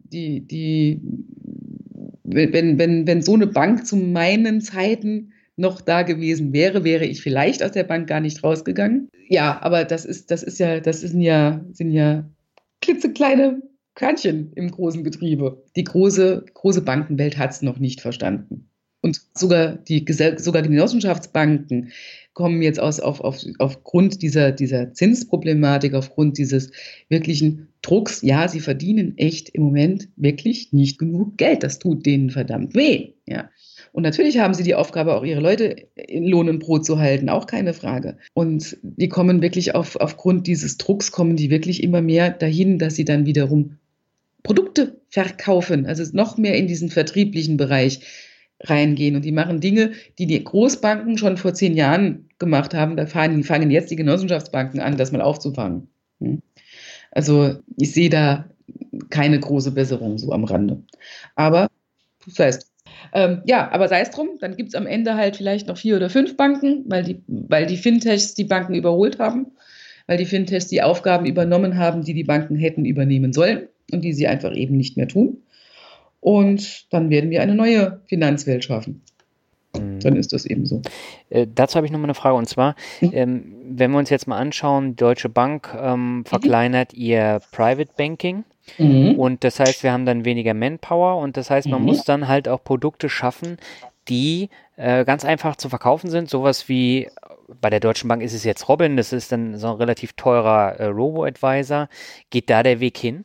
Wenn so eine Bank zu meinen Zeiten noch da gewesen wäre, wäre ich vielleicht aus der Bank gar nicht rausgegangen. Ja, aber das sind ja klitzekleine Körnchen im großen Getriebe. Die große Bankenwelt hat es noch nicht verstanden. Und sogar die Genossenschaftsbanken kommen jetzt aufgrund dieser Zinsproblematik, aufgrund dieses wirklichen Drucks, ja, sie verdienen echt im Moment wirklich nicht genug Geld. Das tut denen verdammt weh. Ja. Und natürlich haben sie die Aufgabe, auch ihre Leute in Lohn und Brot zu halten, auch keine Frage. Und die kommen wirklich aufgrund dieses Drucks, kommen die wirklich immer mehr dahin, dass sie dann wiederum Produkte verkaufen, also noch mehr in diesen vertrieblichen Bereich reingehen. Und die machen Dinge, die die Großbanken schon vor 10 Jahren gemacht haben. Da fangen jetzt die Genossenschaftsbanken an, das mal aufzufangen. Also ich sehe da keine große Besserung so am Rande. Aber das heißt, aber sei es drum, dann gibt es am Ende halt vielleicht noch 4 oder 5 Banken, weil die Fintechs die Banken überholt haben, weil die Fintechs die Aufgaben übernommen haben, die die Banken hätten übernehmen sollen und die sie einfach eben nicht mehr tun. Und dann werden wir eine neue Finanzwelt schaffen. Dann ist das eben so. Dazu habe ich nochmal eine Frage, und zwar, wenn wir uns jetzt mal anschauen, Deutsche Bank verkleinert ihr Private Banking. Und das heißt, wir haben dann weniger Manpower und das heißt, man muss dann halt auch Produkte schaffen, die ganz einfach zu verkaufen sind. Sowas wie, bei der Deutschen Bank ist es jetzt Robin, das ist dann so ein relativ teurer Robo-Advisor. Geht da der Weg hin?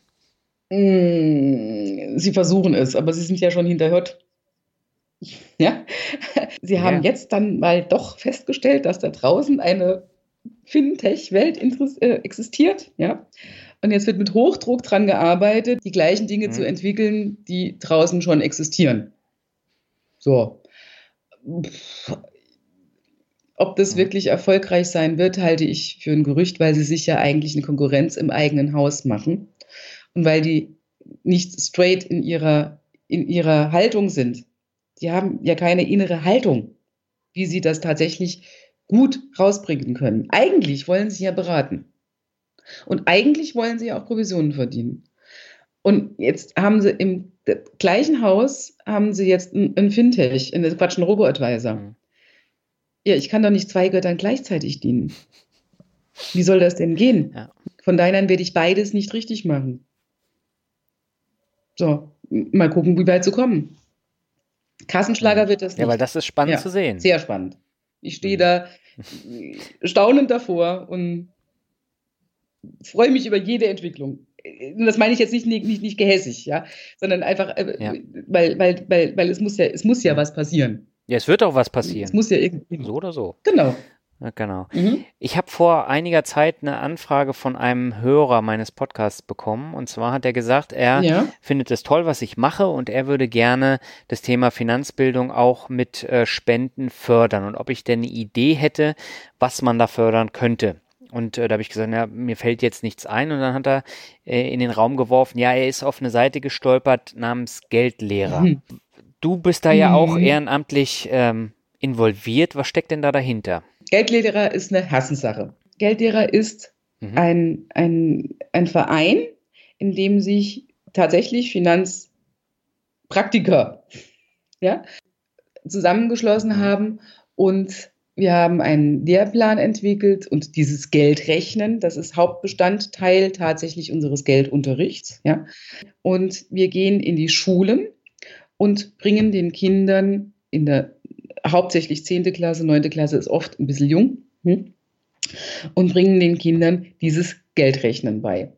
Sie versuchen es, aber sie sind ja schon hinterhört. Ja? Sie haben jetzt dann mal doch festgestellt, dass da draußen eine Fintech-Welt existiert. Ja? Und jetzt wird mit Hochdruck dran gearbeitet, die gleichen Dinge zu entwickeln, die draußen schon existieren. So. Ob das wirklich erfolgreich sein wird, halte ich für ein Gerücht, weil sie sich ja eigentlich eine Konkurrenz im eigenen Haus machen. Und weil die nicht straight in ihrer Haltung sind. Die haben ja keine innere Haltung, wie sie das tatsächlich gut rausbringen können. Eigentlich wollen sie ja beraten. Und eigentlich wollen sie ja auch Provisionen verdienen. Und jetzt haben sie im gleichen Haus jetzt ein Fintech, einen Robo-Advisor. Ja, ich kann doch nicht 2 Göttern gleichzeitig dienen. Wie soll das denn gehen? Ja. Von daher werde ich beides nicht richtig machen. So, mal gucken, wie weit sie kommen. Kassenschlager wird das nicht. Ja, weil das ist spannend zu sehen. Sehr spannend. Ich stehe da staunend davor und freue mich über jede Entwicklung. Und das meine ich jetzt nicht gehässig, ja, sondern einfach, weil es muss ja was passieren. Ja, es wird auch was passieren. Es muss ja irgendwie. So oder so. Genau. Ja, genau. Ich habe vor einiger Zeit eine Anfrage von einem Hörer meines Podcasts bekommen. Und zwar hat er gesagt, er findet es toll, was ich mache, und er würde gerne das Thema Finanzbildung auch mit Spenden fördern. Und ob ich denn eine Idee hätte, was man da fördern könnte. Und da habe ich gesagt, ja, mir fällt jetzt nichts ein. Und dann hat er in den Raum geworfen, ja, er ist auf eine Seite gestolpert namens Geldlehrer. Du bist da ja auch ehrenamtlich involviert. Was steckt denn da dahinter? Geldlehrer ist eine Herzenssache. Geldlehrer ist ein Verein, in dem sich tatsächlich Finanzpraktiker zusammengeschlossen haben, und wir haben einen Lehrplan entwickelt, und dieses Geldrechnen, das ist Hauptbestandteil tatsächlich unseres Geldunterrichts. Ja? Und wir gehen in die Schulen und bringen den Kindern hauptsächlich 10. Klasse, 9. Klasse ist oft ein bisschen jung, und bringen den Kindern dieses Geldrechnen bei.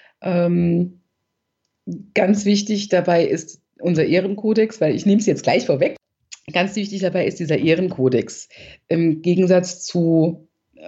Ganz wichtig dabei ist unser Ehrenkodex, weil ich nehme es jetzt gleich vorweg. Ganz wichtig dabei ist dieser Ehrenkodex. Im Gegensatz zu,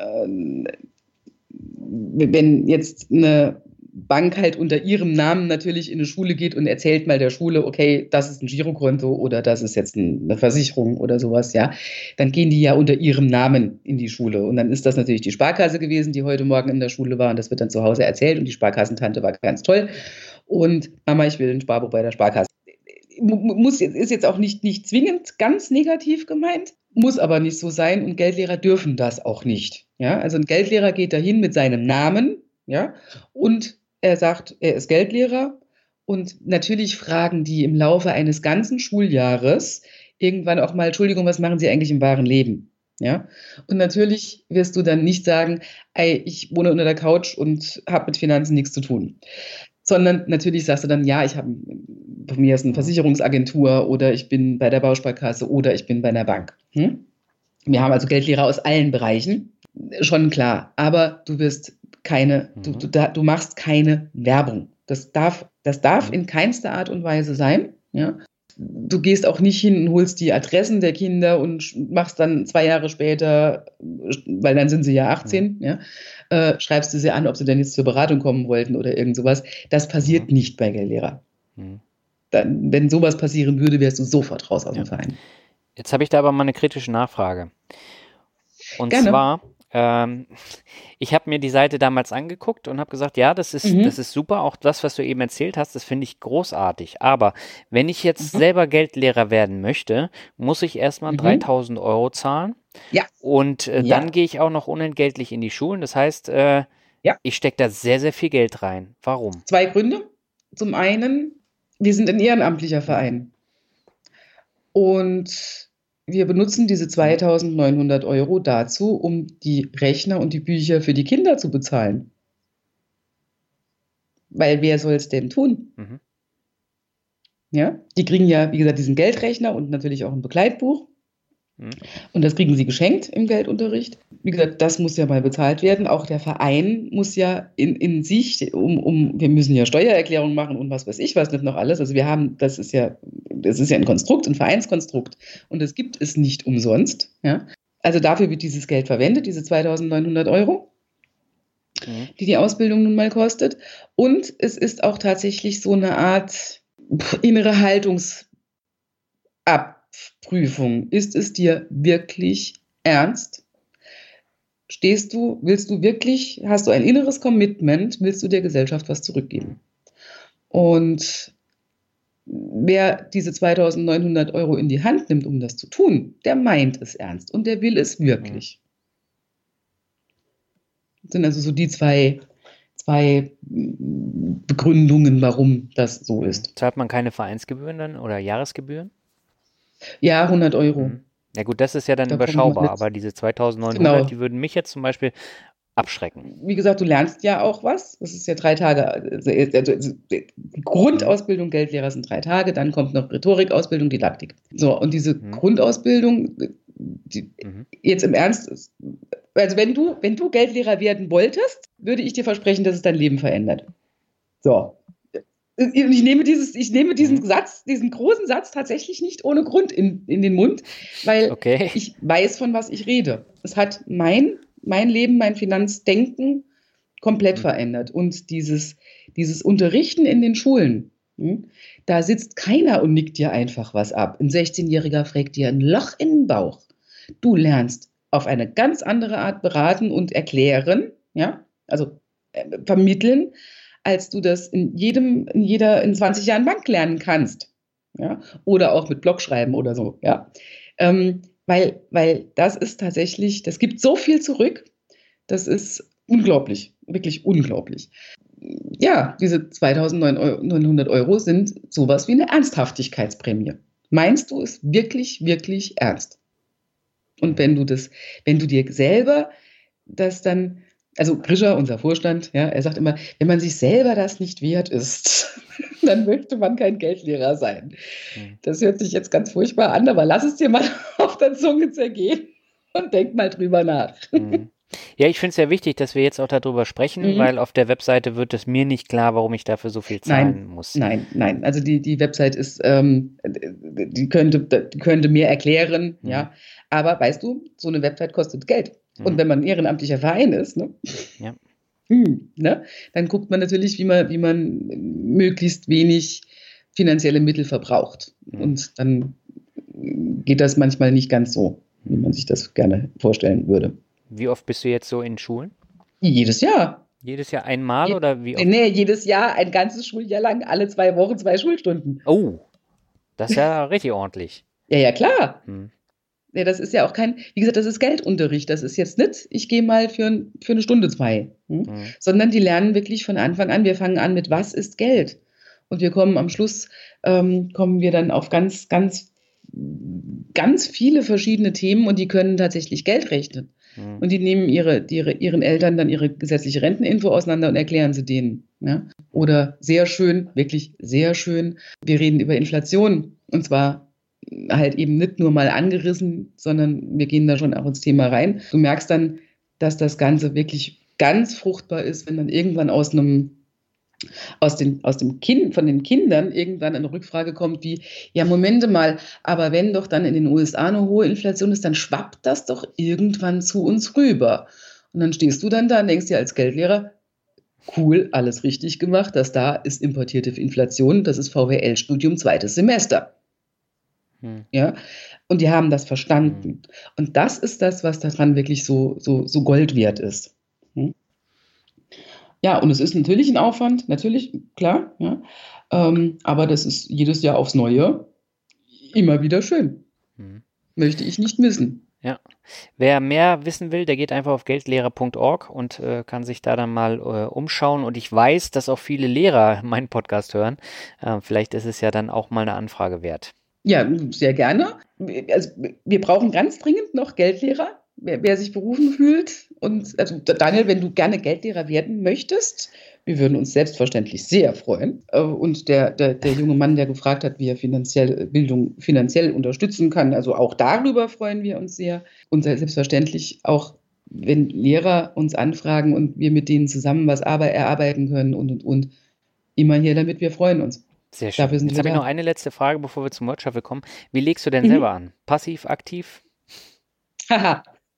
wenn jetzt eine Bank halt unter ihrem Namen natürlich in eine Schule geht und erzählt mal der Schule, okay, das ist ein Girokonto oder das ist jetzt eine Versicherung oder sowas, ja, dann gehen die ja unter ihrem Namen in die Schule. Und dann ist das natürlich die Sparkasse gewesen, die heute Morgen in der Schule war und das wird dann zu Hause erzählt und die Sparkassentante war ganz toll. Und Mama, ich will ein Sparbuch bei der Sparkasse. Ist jetzt auch nicht zwingend ganz negativ gemeint, muss aber nicht so sein und Geldlehrer dürfen das auch nicht. Ja? Also ein Geldlehrer geht dahin mit seinem Namen, ja, und er sagt, er ist Geldlehrer und natürlich fragen die im Laufe eines ganzen Schuljahres irgendwann auch mal, Entschuldigung, was machen Sie eigentlich im wahren Leben? Ja? Und natürlich wirst du dann nicht sagen, ey, ich wohne unter der Couch und habe mit Finanzen nichts zu tun. Sondern natürlich sagst du dann, ja, ich habe von mir ist eine Versicherungsagentur oder ich bin bei der Bausparkasse oder ich bin bei einer Bank. Wir haben also Geldlehrer aus allen Bereichen, schon klar. Aber du wirst du machst keine Werbung. Das darf in keinster Art und Weise sein. Ja? Du gehst auch nicht hin und holst die Adressen der Kinder und machst dann 2 Jahre später, weil dann sind sie ja 18, ja, schreibst du sie an, ob sie denn jetzt zur Beratung kommen wollten oder irgend sowas. Das passiert nicht bei Geldlehrer. Dann, wenn sowas passieren würde, wärst du sofort raus aus dem Verein. Jetzt habe ich da aber mal eine kritische Nachfrage. Und Gerne. zwar, ich habe mir die Seite damals angeguckt und habe gesagt, ja, das ist super, auch das, was du eben erzählt hast, das finde ich großartig. Aber wenn ich jetzt selber Geldlehrer werden möchte, muss ich erstmal 3.000 Euro zahlen. Ja. Und dann gehe ich auch noch unentgeltlich in die Schulen. Das heißt, ich stecke da sehr, sehr viel Geld rein. Warum? 2 Gründe. Zum einen, wir sind ein ehrenamtlicher Verein. Und wir benutzen diese 2.900 Euro dazu, um die Rechner und die Bücher für die Kinder zu bezahlen. Weil wer soll es denn tun? Ja, die kriegen ja, wie gesagt, diesen Geldrechner und natürlich auch ein Begleitbuch. Und das kriegen sie geschenkt im Geldunterricht. Wie gesagt, das muss ja mal bezahlt werden. Auch der Verein muss ja in sich, wir müssen ja Steuererklärung machen und was weiß ich, was nicht noch alles. Also das ist ja ein Konstrukt, ein Vereinskonstrukt. Und das gibt es nicht umsonst. Ja? Also dafür wird dieses Geld verwendet, diese 2.900 Euro, die Ausbildung nun mal kostet. Und es ist auch tatsächlich so eine Art innere Haltungsabprüfung. Ist es dir wirklich ernst? Willst du wirklich, hast du ein inneres Commitment, willst du der Gesellschaft was zurückgeben? Und wer diese 2.900 Euro in die Hand nimmt, um das zu tun, der meint es ernst und der will es wirklich. Das sind also so die zwei Begründungen, warum das so ist. Zahlt man keine Vereinsgebühren dann oder Jahresgebühren? Ja, 100 Euro. Ja gut, das ist ja dann überschaubar, aber diese 2.900, die würden mich jetzt zum Beispiel abschrecken. Wie gesagt, du lernst ja auch was. Das ist ja 3 Tage. Also die Grundausbildung Geldlehrer sind 3 Tage, dann kommt noch Rhetorikausbildung, Didaktik. So, und diese Grundausbildung, jetzt im Ernst, also wenn du Geldlehrer werden wolltest, würde ich dir versprechen, dass es dein Leben verändert. So. Ich nehme diesen großen Satz tatsächlich nicht ohne Grund in den Mund, weil ich weiß, von was ich rede. Es hat mein Leben, mein Finanzdenken komplett verändert. Und dieses Unterrichten in den Schulen, da sitzt keiner und nickt dir einfach was ab. Ein 16-Jähriger fragt dir ein Loch in den Bauch. Du lernst auf eine ganz andere Art beraten und erklären, ja, also vermitteln, als du das in 20 Jahren Bank lernen kannst. Ja? Oder auch mit Blog schreiben oder so. Ja? Weil das ist tatsächlich, das gibt so viel zurück, das ist unglaublich, wirklich unglaublich. Ja, diese 2.900 Euro sind sowas wie eine Ernsthaftigkeitsprämie. Meinst du es wirklich, wirklich ernst? Und wenn du dir selber das dann, also Grischer, unser Vorstand, ja, er sagt immer, wenn man sich selber das nicht wert ist, dann möchte man kein Geldlehrer sein. Das hört sich jetzt ganz furchtbar an, aber lass es dir mal auf der Zunge zergehen und denk mal drüber nach. Ja, ich finde es sehr wichtig, dass wir jetzt auch darüber sprechen, Mhm. weil auf der Webseite wird es mir nicht klar, warum ich dafür so viel zahlen muss. Nein. Also die Website ist, die könnte mehr erklären, ja. Aber weißt du, so eine Website kostet Geld. Und wenn man ein ehrenamtlicher Verein ist, ne? Ja. Ne? Dann guckt man natürlich, wie man möglichst wenig finanzielle Mittel verbraucht. Und dann geht das manchmal nicht ganz so, wie man sich das gerne vorstellen würde. Wie oft bist du jetzt so in Schulen? Jedes Jahr. Jedes Jahr einmal oder wie oft? Nee, jedes Jahr, ein ganzes Schuljahr lang, alle 2 Wochen 2 Schulstunden. Oh, das ist ja richtig ordentlich. Ja, klar. Ja, das ist ja auch wie gesagt, das ist Geldunterricht. Das ist jetzt nicht, ich gehe mal für eine Stunde 2. Sondern die lernen wirklich von Anfang an. Wir fangen an mit, was ist Geld? Und wir kommen am Schluss, kommen wir dann auf ganz, ganz, ganz viele verschiedene Themen und die können tatsächlich Geld rechnen. Und die nehmen ihren Eltern dann ihre gesetzliche Renteninfo auseinander und erklären sie denen. Ja? Oder sehr schön, wirklich sehr schön, wir reden über Inflation. Und zwar halt eben nicht nur mal angerissen, sondern wir gehen da schon auch ins Thema rein. Du merkst dann, dass das Ganze wirklich ganz fruchtbar ist, wenn dann irgendwann von den Kindern irgendwann eine Rückfrage kommt wie, ja, Momente mal, aber wenn doch dann in den USA eine hohe Inflation ist, dann schwappt das doch irgendwann zu uns rüber. Und dann stehst du dann da und denkst dir als Geldlehrer, cool, alles richtig gemacht, das da ist importierte Inflation, das ist VWL-Studium 2. Semester. Ja, und die haben das verstanden. Und das ist das, was daran wirklich so Gold wert ist. Ja, und es ist natürlich ein Aufwand, natürlich, klar, ja. Aber das ist jedes Jahr aufs Neue immer wieder schön. Möchte ich nicht missen. Ja. Wer mehr wissen will, der geht einfach auf geldlehrer.org und kann sich da dann mal umschauen. Und ich weiß, dass auch viele Lehrer meinen Podcast hören. Vielleicht ist es ja dann auch mal eine Anfrage wert. Ja, sehr gerne. Also, wir brauchen ganz dringend noch Geldlehrer, wer sich berufen fühlt. Und also Daniel, wenn du gerne Geldlehrer werden möchtest, wir würden uns selbstverständlich sehr freuen. Und der junge Mann, der gefragt hat, wie er Bildung finanziell unterstützen kann, also auch darüber freuen wir uns sehr. Und selbstverständlich auch, wenn Lehrer uns anfragen und wir mit denen zusammen was erarbeiten können und immer hier damit, wir freuen uns. Sehr schön. Jetzt habe ich noch eine letzte Frage, bevor wir zum Workshop kommen. Wie legst du denn selber an? Passiv, aktiv? Haha.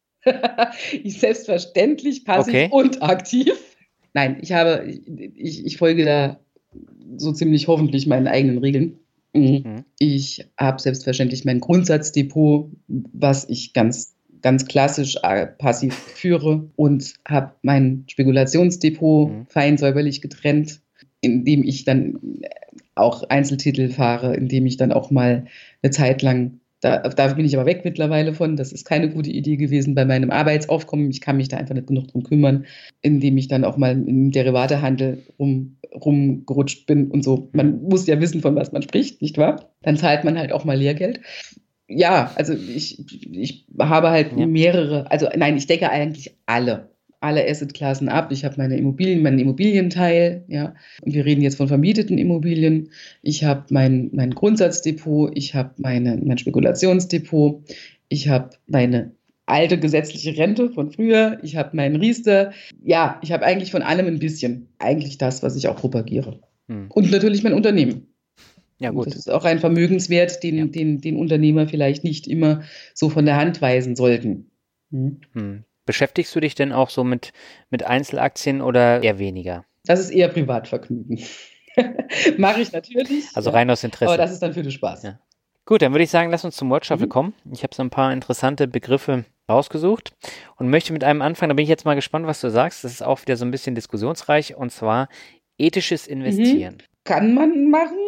Ich selbstverständlich passiv und aktiv. Nein, ich folge da so ziemlich hoffentlich meinen eigenen Regeln. Ich habe selbstverständlich mein Grundsatzdepot, was ich ganz, ganz klassisch passiv führe und habe mein Spekulationsdepot fein säuberlich getrennt, indem ich dann auch Einzeltitel fahre, indem ich dann auch mal eine Zeit lang, da bin ich aber weg mittlerweile von, das ist keine gute Idee gewesen bei meinem Arbeitsaufkommen, ich kann mich da einfach nicht genug drum kümmern, indem ich dann auch mal im Derivatehandel rumgerutscht bin und so. Man muss ja wissen, von was man spricht, nicht wahr? Dann zahlt man halt auch mal Lehrgeld. Ja, also ich habe halt mehrere, also nein, ich decke eigentlich alle Assetklassen ab. Ich habe meinen Immobilienteil, ja. Und wir reden jetzt von vermieteten Immobilien. Ich habe mein Grundsatzdepot, ich habe mein Spekulationsdepot, ich habe meine alte gesetzliche Rente von früher, ich habe meinen Riester. Ja, ich habe eigentlich von allem ein bisschen. Eigentlich das, was ich auch propagiere. Und natürlich mein Unternehmen. Ja, gut. Und das ist auch ein Vermögenswert, den Unternehmer vielleicht nicht immer so von der Hand weisen sollten. Beschäftigst du dich denn auch so mit Einzelaktien oder eher weniger? Das ist eher Privatvergnügen. Mache ich natürlich. Also rein aus Interesse. Aber das ist dann für den Spaß. Ja. Gut, dann würde ich sagen, lass uns zum Workshop kommen. Ich habe so ein paar interessante Begriffe rausgesucht und möchte mit einem anfangen. Da bin ich jetzt mal gespannt, was du sagst. Das ist auch wieder so ein bisschen diskussionsreich, und zwar ethisches Investieren. Kann man machen,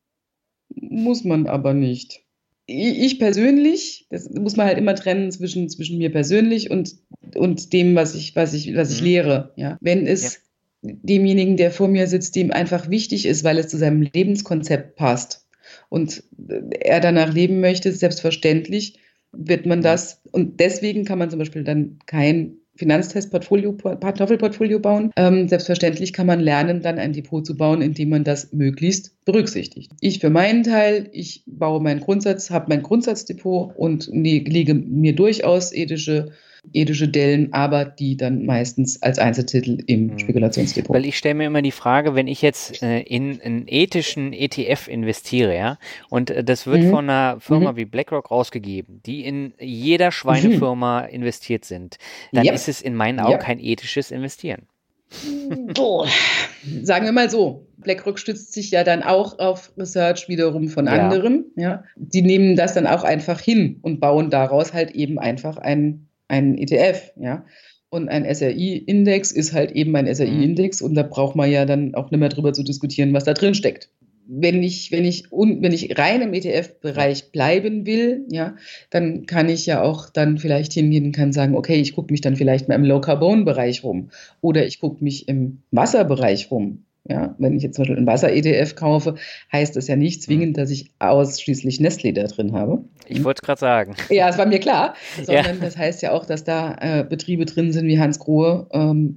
muss man aber nicht. Ich persönlich, das muss man halt immer trennen zwischen mir persönlich und dem, was ich lehre. Ja. Wenn es demjenigen, der vor mir sitzt, dem einfach wichtig ist, weil es zu seinem Lebenskonzept passt und er danach leben möchte, selbstverständlich wird man das, und deswegen kann man zum Beispiel dann kein Finanztest-Kartoffelportfolio bauen. Selbstverständlich kann man lernen, dann ein Depot zu bauen, indem man das möglichst berücksichtigt. Ich für meinen Teil, ich baue habe mein Grundsatzdepot und lege mir durchaus ethische ethische Dellen, aber die dann meistens als Einzeltitel im Spekulationsdepot. Weil ich stelle mir immer die Frage, wenn ich jetzt in einen ethischen ETF investiere, ja, und das wird von einer Firma wie BlackRock rausgegeben, die in jeder Schweinefirma investiert sind, dann ist es in meinen Augen kein ethisches Investieren. Sagen wir mal so, BlackRock stützt sich ja dann auch auf Research wiederum von anderen. Ja. Die nehmen das dann auch einfach hin und bauen daraus halt eben einfach einen ETF. Ja. Und ein SRI-Index ist halt eben ein SRI-Index und da braucht man ja dann auch nicht mehr drüber zu diskutieren, was da drin steckt. Wenn ich rein im ETF-Bereich bleiben will, ja, dann kann ich ja auch dann vielleicht hingehen und kann sagen, okay, ich gucke mich dann vielleicht mal im Low-Carbon-Bereich rum oder ich gucke mich im Wasserbereich rum. Ja, wenn ich jetzt zum Beispiel einen Wasser-ETF kaufe, heißt das ja nicht zwingend, dass ich ausschließlich Nestlé da drin habe. Ich wollte es gerade sagen. Ja, es war mir klar. Sondern das heißt ja auch, dass da Betriebe drin sind wie Hansgrohe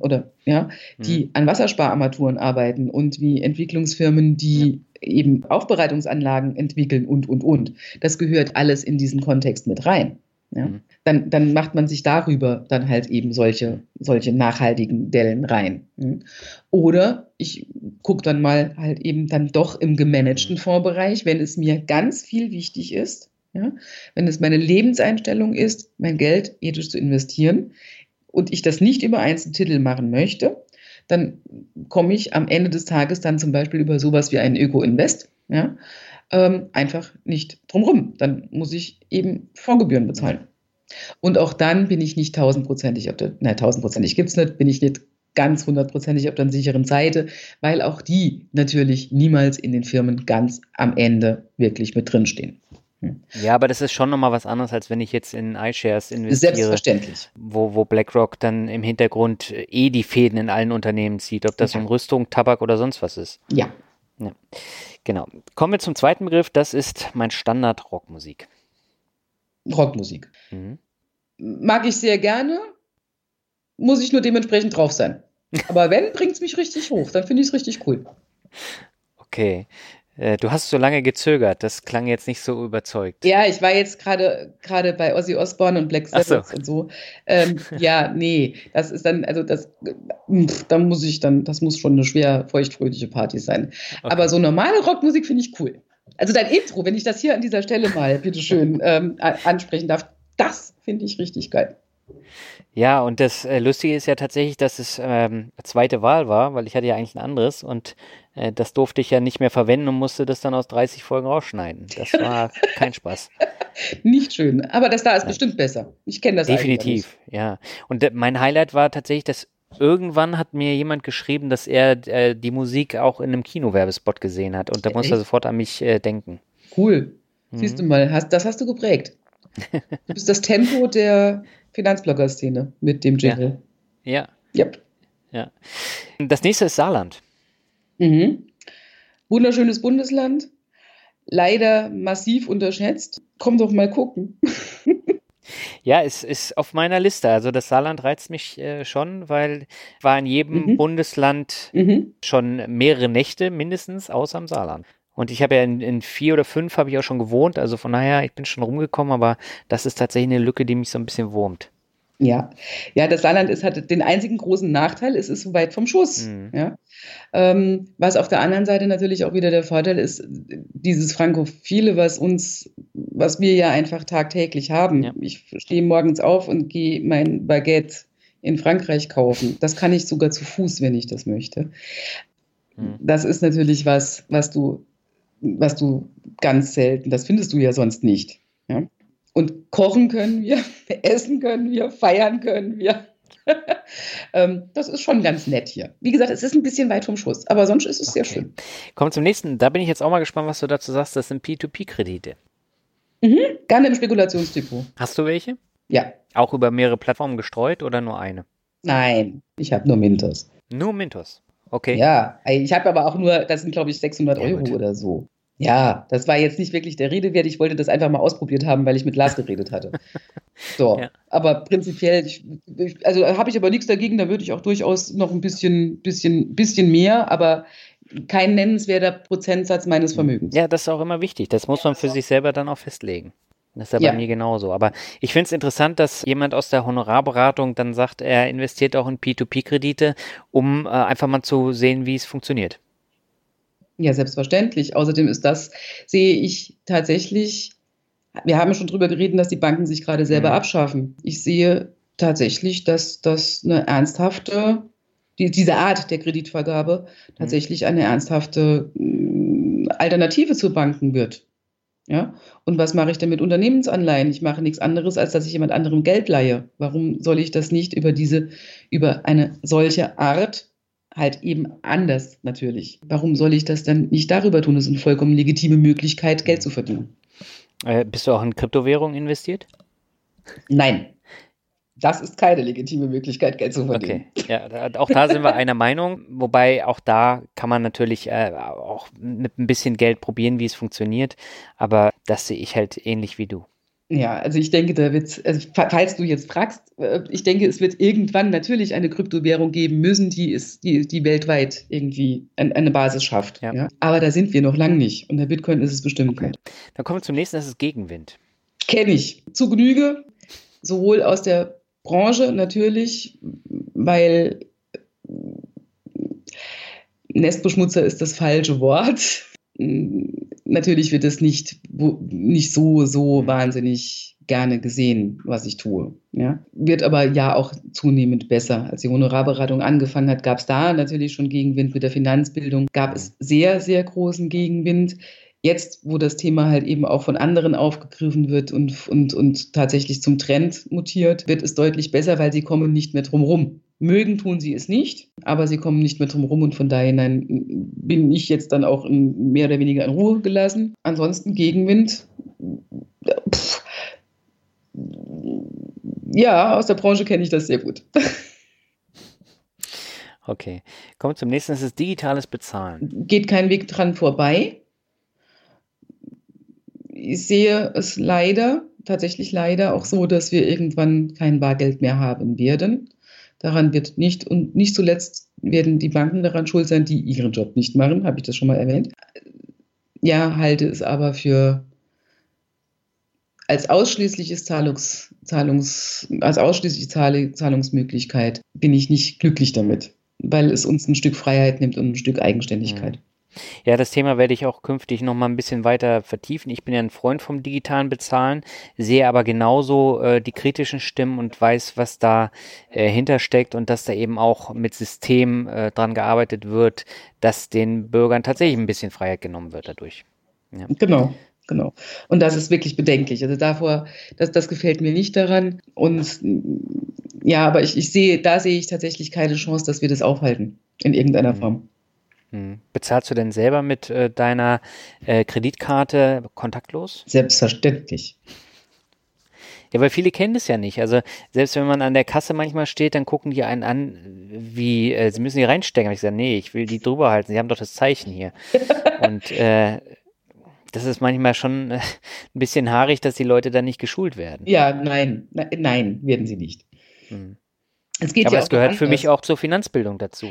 die an Wasserspararmaturen arbeiten und wie Entwicklungsfirmen, die eben Aufbereitungsanlagen entwickeln und. Das gehört alles in diesen Kontext mit rein. Ja? Dann macht man sich darüber dann halt eben solche nachhaltigen Dellen rein. Oder ich gucke dann mal halt eben dann doch im gemanagten Fondsbereich, wenn es mir ganz viel wichtig ist, ja? Wenn es meine Lebenseinstellung ist, mein Geld ethisch zu investieren und ich das nicht über Einzeltitel machen möchte, dann komme ich am Ende des Tages dann zum Beispiel über sowas wie einen Öko-Invest, ja, einfach nicht drumherum. Dann muss ich eben Fondsgebühren bezahlen. Und auch dann bin ich nicht 1000%ig gibt es nicht, bin ich nicht ganz 100%ig auf der sicheren Seite, weil auch die natürlich niemals in den Firmen ganz am Ende wirklich mit drinstehen. Ja, aber das ist schon nochmal was anderes, als wenn ich jetzt in iShares investiere. Selbstverständlich. Wo BlackRock dann im Hintergrund die Fäden in allen Unternehmen zieht, ob das um Rüstung, Tabak oder sonst was ist. Ja. Genau. Kommen wir zum zweiten Begriff, das ist mein Standard Rockmusik. Rockmusik. Mag ich sehr gerne, muss ich nur dementsprechend drauf sein. Aber wenn, bringt es mich richtig hoch, dann finde ich es richtig cool. Okay. Du hast so lange gezögert, das klang jetzt nicht so überzeugt. Ja, ich war jetzt gerade bei Ozzy Osbourne und Black Sabbath und so. Das ist dann, also das muss schon eine schwer feuchtfröhliche Party sein. Okay. Aber so normale Rockmusik finde ich cool. Also dein Intro, wenn ich das hier an dieser Stelle mal bitteschön ansprechen darf, das finde ich richtig geil. Ja, und das Lustige ist ja tatsächlich, dass es zweite Wahl war, weil ich hatte ja eigentlich ein anderes und das durfte ich ja nicht mehr verwenden und musste das dann aus 30 Folgen rausschneiden. Das war kein Spaß. Nicht schön, aber das da ist bestimmt besser. Ich kenne das definitiv, ja. Und mein Highlight war tatsächlich, dass irgendwann hat mir jemand geschrieben, dass er die Musik auch in einem Kinowerbespot gesehen hat und da musste er sofort an mich denken. Cool. Siehst du mal, das hast du geprägt. Du bist das Tempo der Finanzblogger-Szene mit dem Jingle. Ja. Yep. Ja. Das nächste ist Saarland. Wunderschönes Bundesland. Leider massiv unterschätzt. Komm doch mal gucken. Ja, es ist auf meiner Liste. Also das Saarland reizt mich schon, weil war in jedem Bundesland schon mehrere Nächte mindestens, außer im Saarland. Und ich habe ja in 4 oder 5 habe ich auch schon gewohnt, also von daher, ich bin schon rumgekommen, aber das ist tatsächlich eine Lücke, die mich so ein bisschen wurmt. Ja, das Saarland hat den einzigen großen Nachteil, es ist so weit vom Schuss. Ja? Was auf der anderen Seite natürlich auch wieder der Vorteil ist, dieses Frankophile, was wir ja einfach tagtäglich haben. Ja. Ich stehe morgens auf und gehe mein Baguette in Frankreich kaufen. Das kann ich sogar zu Fuß, wenn ich das möchte. Das ist natürlich was du ganz selten, das findest du ja sonst nicht. Ja? Und kochen können wir, essen können wir, feiern können wir. Das ist schon ganz nett hier. Wie gesagt, es ist ein bisschen weit vom Schuss, aber sonst ist es sehr schön. Kommen wir zum nächsten. Da bin ich jetzt auch mal gespannt, was du dazu sagst. Das sind P2P-Kredite. Gerne im Spekulationsdepot. Hast du welche? Ja. Auch über mehrere Plattformen gestreut oder nur eine? Nein, ich habe nur Mintos. Nur Mintos? Okay. Ja, ich habe aber auch nur, das sind glaube ich 600 Euro oder so. Ja, das war jetzt nicht wirklich der Rede wert. Ich wollte das einfach mal ausprobiert haben, weil ich mit Lars geredet hatte. So, aber prinzipiell, also habe ich aber nichts dagegen. Da würde ich auch durchaus noch ein bisschen mehr, aber kein nennenswerter Prozentsatz meines Vermögens. Ja, das ist auch immer wichtig. Das muss man für sich selber dann auch festlegen. Das ist ja bei mir genauso. Aber ich finde es interessant, dass jemand aus der Honorarberatung dann sagt, er investiert auch in P2P-Kredite, um einfach mal zu sehen, wie es funktioniert. Ja, selbstverständlich. Außerdem sehe ich tatsächlich, wir haben schon drüber geredet, dass die Banken sich gerade selber abschaffen. Ich sehe tatsächlich, dass das eine ernsthafte, diese Art der Kreditvergabe tatsächlich eine ernsthafte Alternative zu Banken wird. Ja? Und was mache ich denn mit Unternehmensanleihen? Ich mache nichts anderes, als dass ich jemand anderem Geld leihe. Warum soll ich das nicht über eine solche Art, halt eben anders natürlich. Warum soll ich das dann nicht darüber tun? Das ist eine vollkommen legitime Möglichkeit, Geld zu verdienen. Bist du auch in Kryptowährungen investiert? Nein. Das ist keine legitime Möglichkeit, Geld zu verdienen. Okay, ja, auch da sind wir einer Meinung, wobei auch da kann man natürlich auch mit ein bisschen Geld probieren, wie es funktioniert, aber das sehe ich halt ähnlich wie du. Ja, also ich denke, falls du jetzt fragst, ich denke, es wird irgendwann natürlich eine Kryptowährung geben müssen, die weltweit irgendwie eine Basis schafft. Ja. Ja? Aber da sind wir noch lange nicht und der Bitcoin ist es bestimmt nicht. Dann kommen wir zum nächsten, das ist Gegenwind. Kenne ich zu Genüge, sowohl aus der Branche natürlich, weil Nestbeschmutzer ist das falsche Wort. Natürlich wird es nicht so wahnsinnig gerne gesehen, was ich tue. Ja? Wird aber ja auch zunehmend besser. Als die Honorarberatung angefangen hat, gab es da natürlich schon Gegenwind. Mit der Finanzbildung gab es sehr, sehr großen Gegenwind. Jetzt, wo das Thema halt eben auch von anderen aufgegriffen wird und tatsächlich zum Trend mutiert, wird es deutlich besser, weil sie kommen nicht mehr drum rum. Mögen tun sie es nicht, aber sie kommen nicht mehr drum rum und von daher bin ich jetzt dann auch mehr oder weniger in Ruhe gelassen. Ansonsten Gegenwind, ja, aus der Branche kenne ich das sehr gut. Okay, kommen wir zum nächsten, das ist digitales Bezahlen. Geht kein Weg dran vorbei. Ich sehe es tatsächlich leider auch so, dass wir irgendwann kein Bargeld mehr haben werden. Daran wird nicht zuletzt werden die Banken daran schuld sein, die ihren Job nicht machen, habe ich das schon mal erwähnt. Ja, halte es aber als ausschließliche Zahlungsmöglichkeit bin ich nicht glücklich damit, weil es uns ein Stück Freiheit nimmt und ein Stück Eigenständigkeit. Ja, das Thema werde ich auch künftig noch mal ein bisschen weiter vertiefen. Ich bin ja ein Freund vom digitalen Bezahlen, sehe aber genauso die kritischen Stimmen und weiß, was da hintersteckt und dass da eben auch mit System dran gearbeitet wird, dass den Bürgern tatsächlich ein bisschen Freiheit genommen wird dadurch. Ja. Genau. Und das ist wirklich bedenklich. Also das gefällt mir nicht daran. Und ja, aber da sehe ich tatsächlich keine Chance, dass wir das aufhalten in irgendeiner Form. Bezahlst du denn selber mit deiner Kreditkarte kontaktlos? Selbstverständlich. Ja, weil viele kennen das ja nicht. Also selbst wenn man an der Kasse manchmal steht, dann gucken die einen an, wie, sie müssen die reinstecken. Aber ich sage, nee, ich will die drüber halten. Sie haben doch das Zeichen hier. Und das ist manchmal schon ein bisschen haarig, dass die Leute da nicht geschult werden. Ja, nein, werden sie nicht. Es geht aber ja es gehört für mich auch zur Finanzbildung dazu.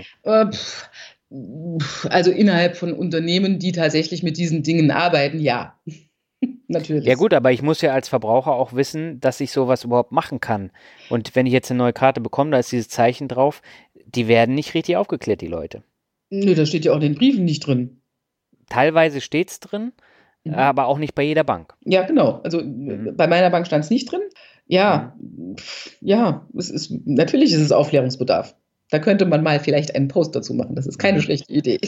Also innerhalb von Unternehmen, die tatsächlich mit diesen Dingen arbeiten, ja. Natürlich. Ja gut, aber ich muss ja als Verbraucher auch wissen, dass ich sowas überhaupt machen kann. Und wenn ich jetzt eine neue Karte bekomme, da ist dieses Zeichen drauf, die werden nicht richtig aufgeklärt, die Leute. Nö, das steht ja auch in den Briefen nicht drin. Teilweise steht es drin, aber auch nicht bei jeder Bank. Ja, genau. Also bei meiner Bank stand es nicht drin. Ja, natürlich ist es Aufklärungsbedarf. Da könnte man mal vielleicht einen Post dazu machen. Das ist keine schlechte Idee.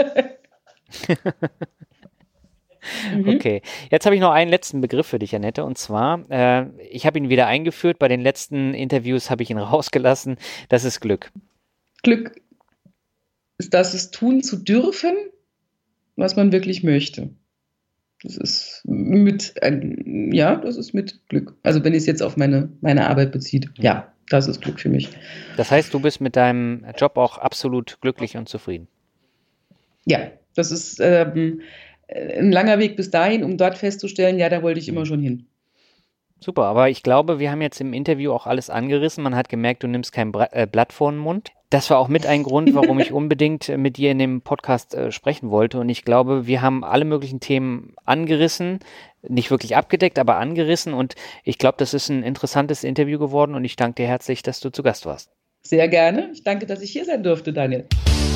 Okay, jetzt habe ich noch einen letzten Begriff für dich, Annette, und zwar, ich habe ihn wieder eingeführt, bei den letzten Interviews habe ich ihn rausgelassen, das ist Glück. Glück ist es tun zu dürfen, was man wirklich möchte. Das ist mit Glück. Also wenn ich es jetzt auf meine Arbeit beziehe, ja, das ist Glück für mich. Das heißt, du bist mit deinem Job auch absolut glücklich und zufrieden? Ja, das ist ein langer Weg bis dahin, um dort festzustellen, ja, da wollte ich immer schon hin. Super, aber ich glaube, wir haben jetzt im Interview auch alles angerissen. Man hat gemerkt, du nimmst kein Blatt vor den Mund. Das war auch mit ein Grund, warum ich unbedingt mit dir in dem Podcast sprechen wollte. Und ich glaube, wir haben alle möglichen Themen angerissen, nicht wirklich abgedeckt, aber angerissen. Und ich glaube, das ist ein interessantes Interview geworden. Und ich danke dir herzlich, dass du zu Gast warst. Sehr gerne. Ich danke, dass ich hier sein durfte, Daniel.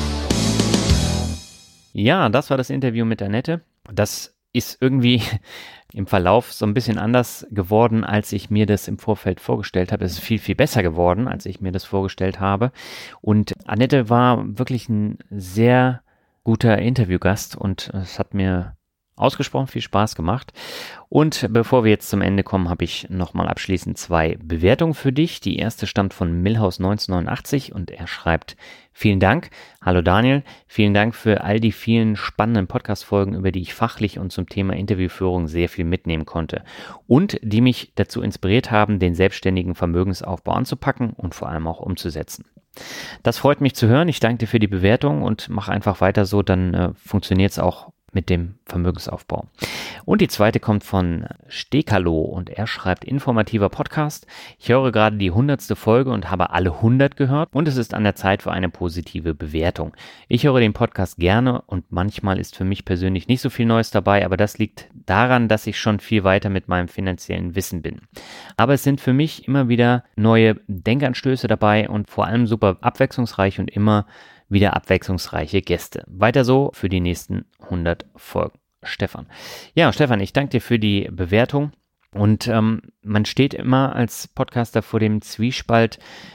Ja, das war das Interview mit Annette. Das ist irgendwie im Verlauf so ein bisschen anders geworden, als ich mir das im Vorfeld vorgestellt habe. Es ist viel, viel besser geworden, als ich mir das vorgestellt habe. Und Annette war wirklich ein sehr guter Interviewgast und es hat mir ausgesprochen viel Spaß gemacht. Und bevor wir jetzt zum Ende kommen, habe ich nochmal abschließend 2 Bewertungen für dich. Die erste stammt von Milhouse 1989 und er schreibt: Vielen Dank. Hallo Daniel, vielen Dank für all die vielen spannenden Podcast-Folgen, über die ich fachlich und zum Thema Interviewführung sehr viel mitnehmen konnte und die mich dazu inspiriert haben, den selbstständigen Vermögensaufbau anzupacken und vor allem auch umzusetzen. Das freut mich zu hören. Ich danke dir für die Bewertung und mach einfach weiter so, dann funktioniert es auch mit dem Vermögensaufbau. Und die zweite kommt von Stekalo und er schreibt: Informativer Podcast. Ich höre gerade die 100. Folge und habe alle 100 gehört und es ist an der Zeit für eine positive Bewertung. Ich höre den Podcast gerne und manchmal ist für mich persönlich nicht so viel Neues dabei, aber das liegt daran, dass ich schon viel weiter mit meinem finanziellen Wissen bin. Aber es sind für mich immer wieder neue Denkanstöße dabei und vor allem super abwechslungsreich und immer wieder abwechslungsreiche Gäste. Weiter so für die nächsten 100 Folgen. Stefan. Ja, Stefan, ich danke dir für die Bewertung. Und man steht immer als Podcaster vor dem Zwiespalt,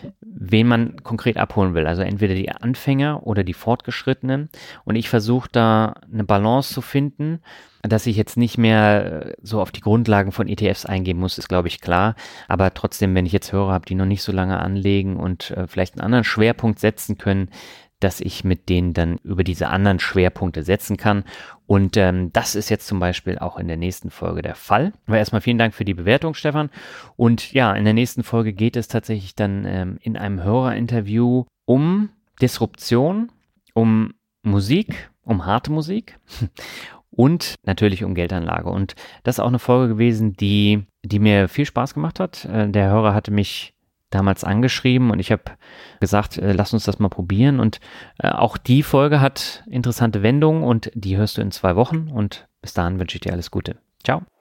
wen man konkret abholen will. Also entweder die Anfänger oder die Fortgeschrittenen. Und ich versuche da eine Balance zu finden, dass ich jetzt nicht mehr so auf die Grundlagen von ETFs eingehen muss, ist, glaube ich, klar. Aber trotzdem, wenn ich jetzt Hörer habe, die noch nicht so lange anlegen und vielleicht einen anderen Schwerpunkt setzen können, dass ich mit denen dann über diese anderen Schwerpunkte setzen kann. Und das ist jetzt zum Beispiel auch in der nächsten Folge der Fall. Aber erstmal vielen Dank für die Bewertung, Stefan. Und ja, in der nächsten Folge geht es tatsächlich dann in einem Hörerinterview um Disruption, um Musik, um harte Musik und natürlich um Geldanlage. Und das ist auch eine Folge gewesen, die mir viel Spaß gemacht hat. Der Hörer hatte mich damals angeschrieben und ich habe gesagt, lass uns das mal probieren. Und auch die Folge hat interessante Wendungen und die hörst du in 2 Wochen. Und bis dahin wünsche ich dir alles Gute. Ciao.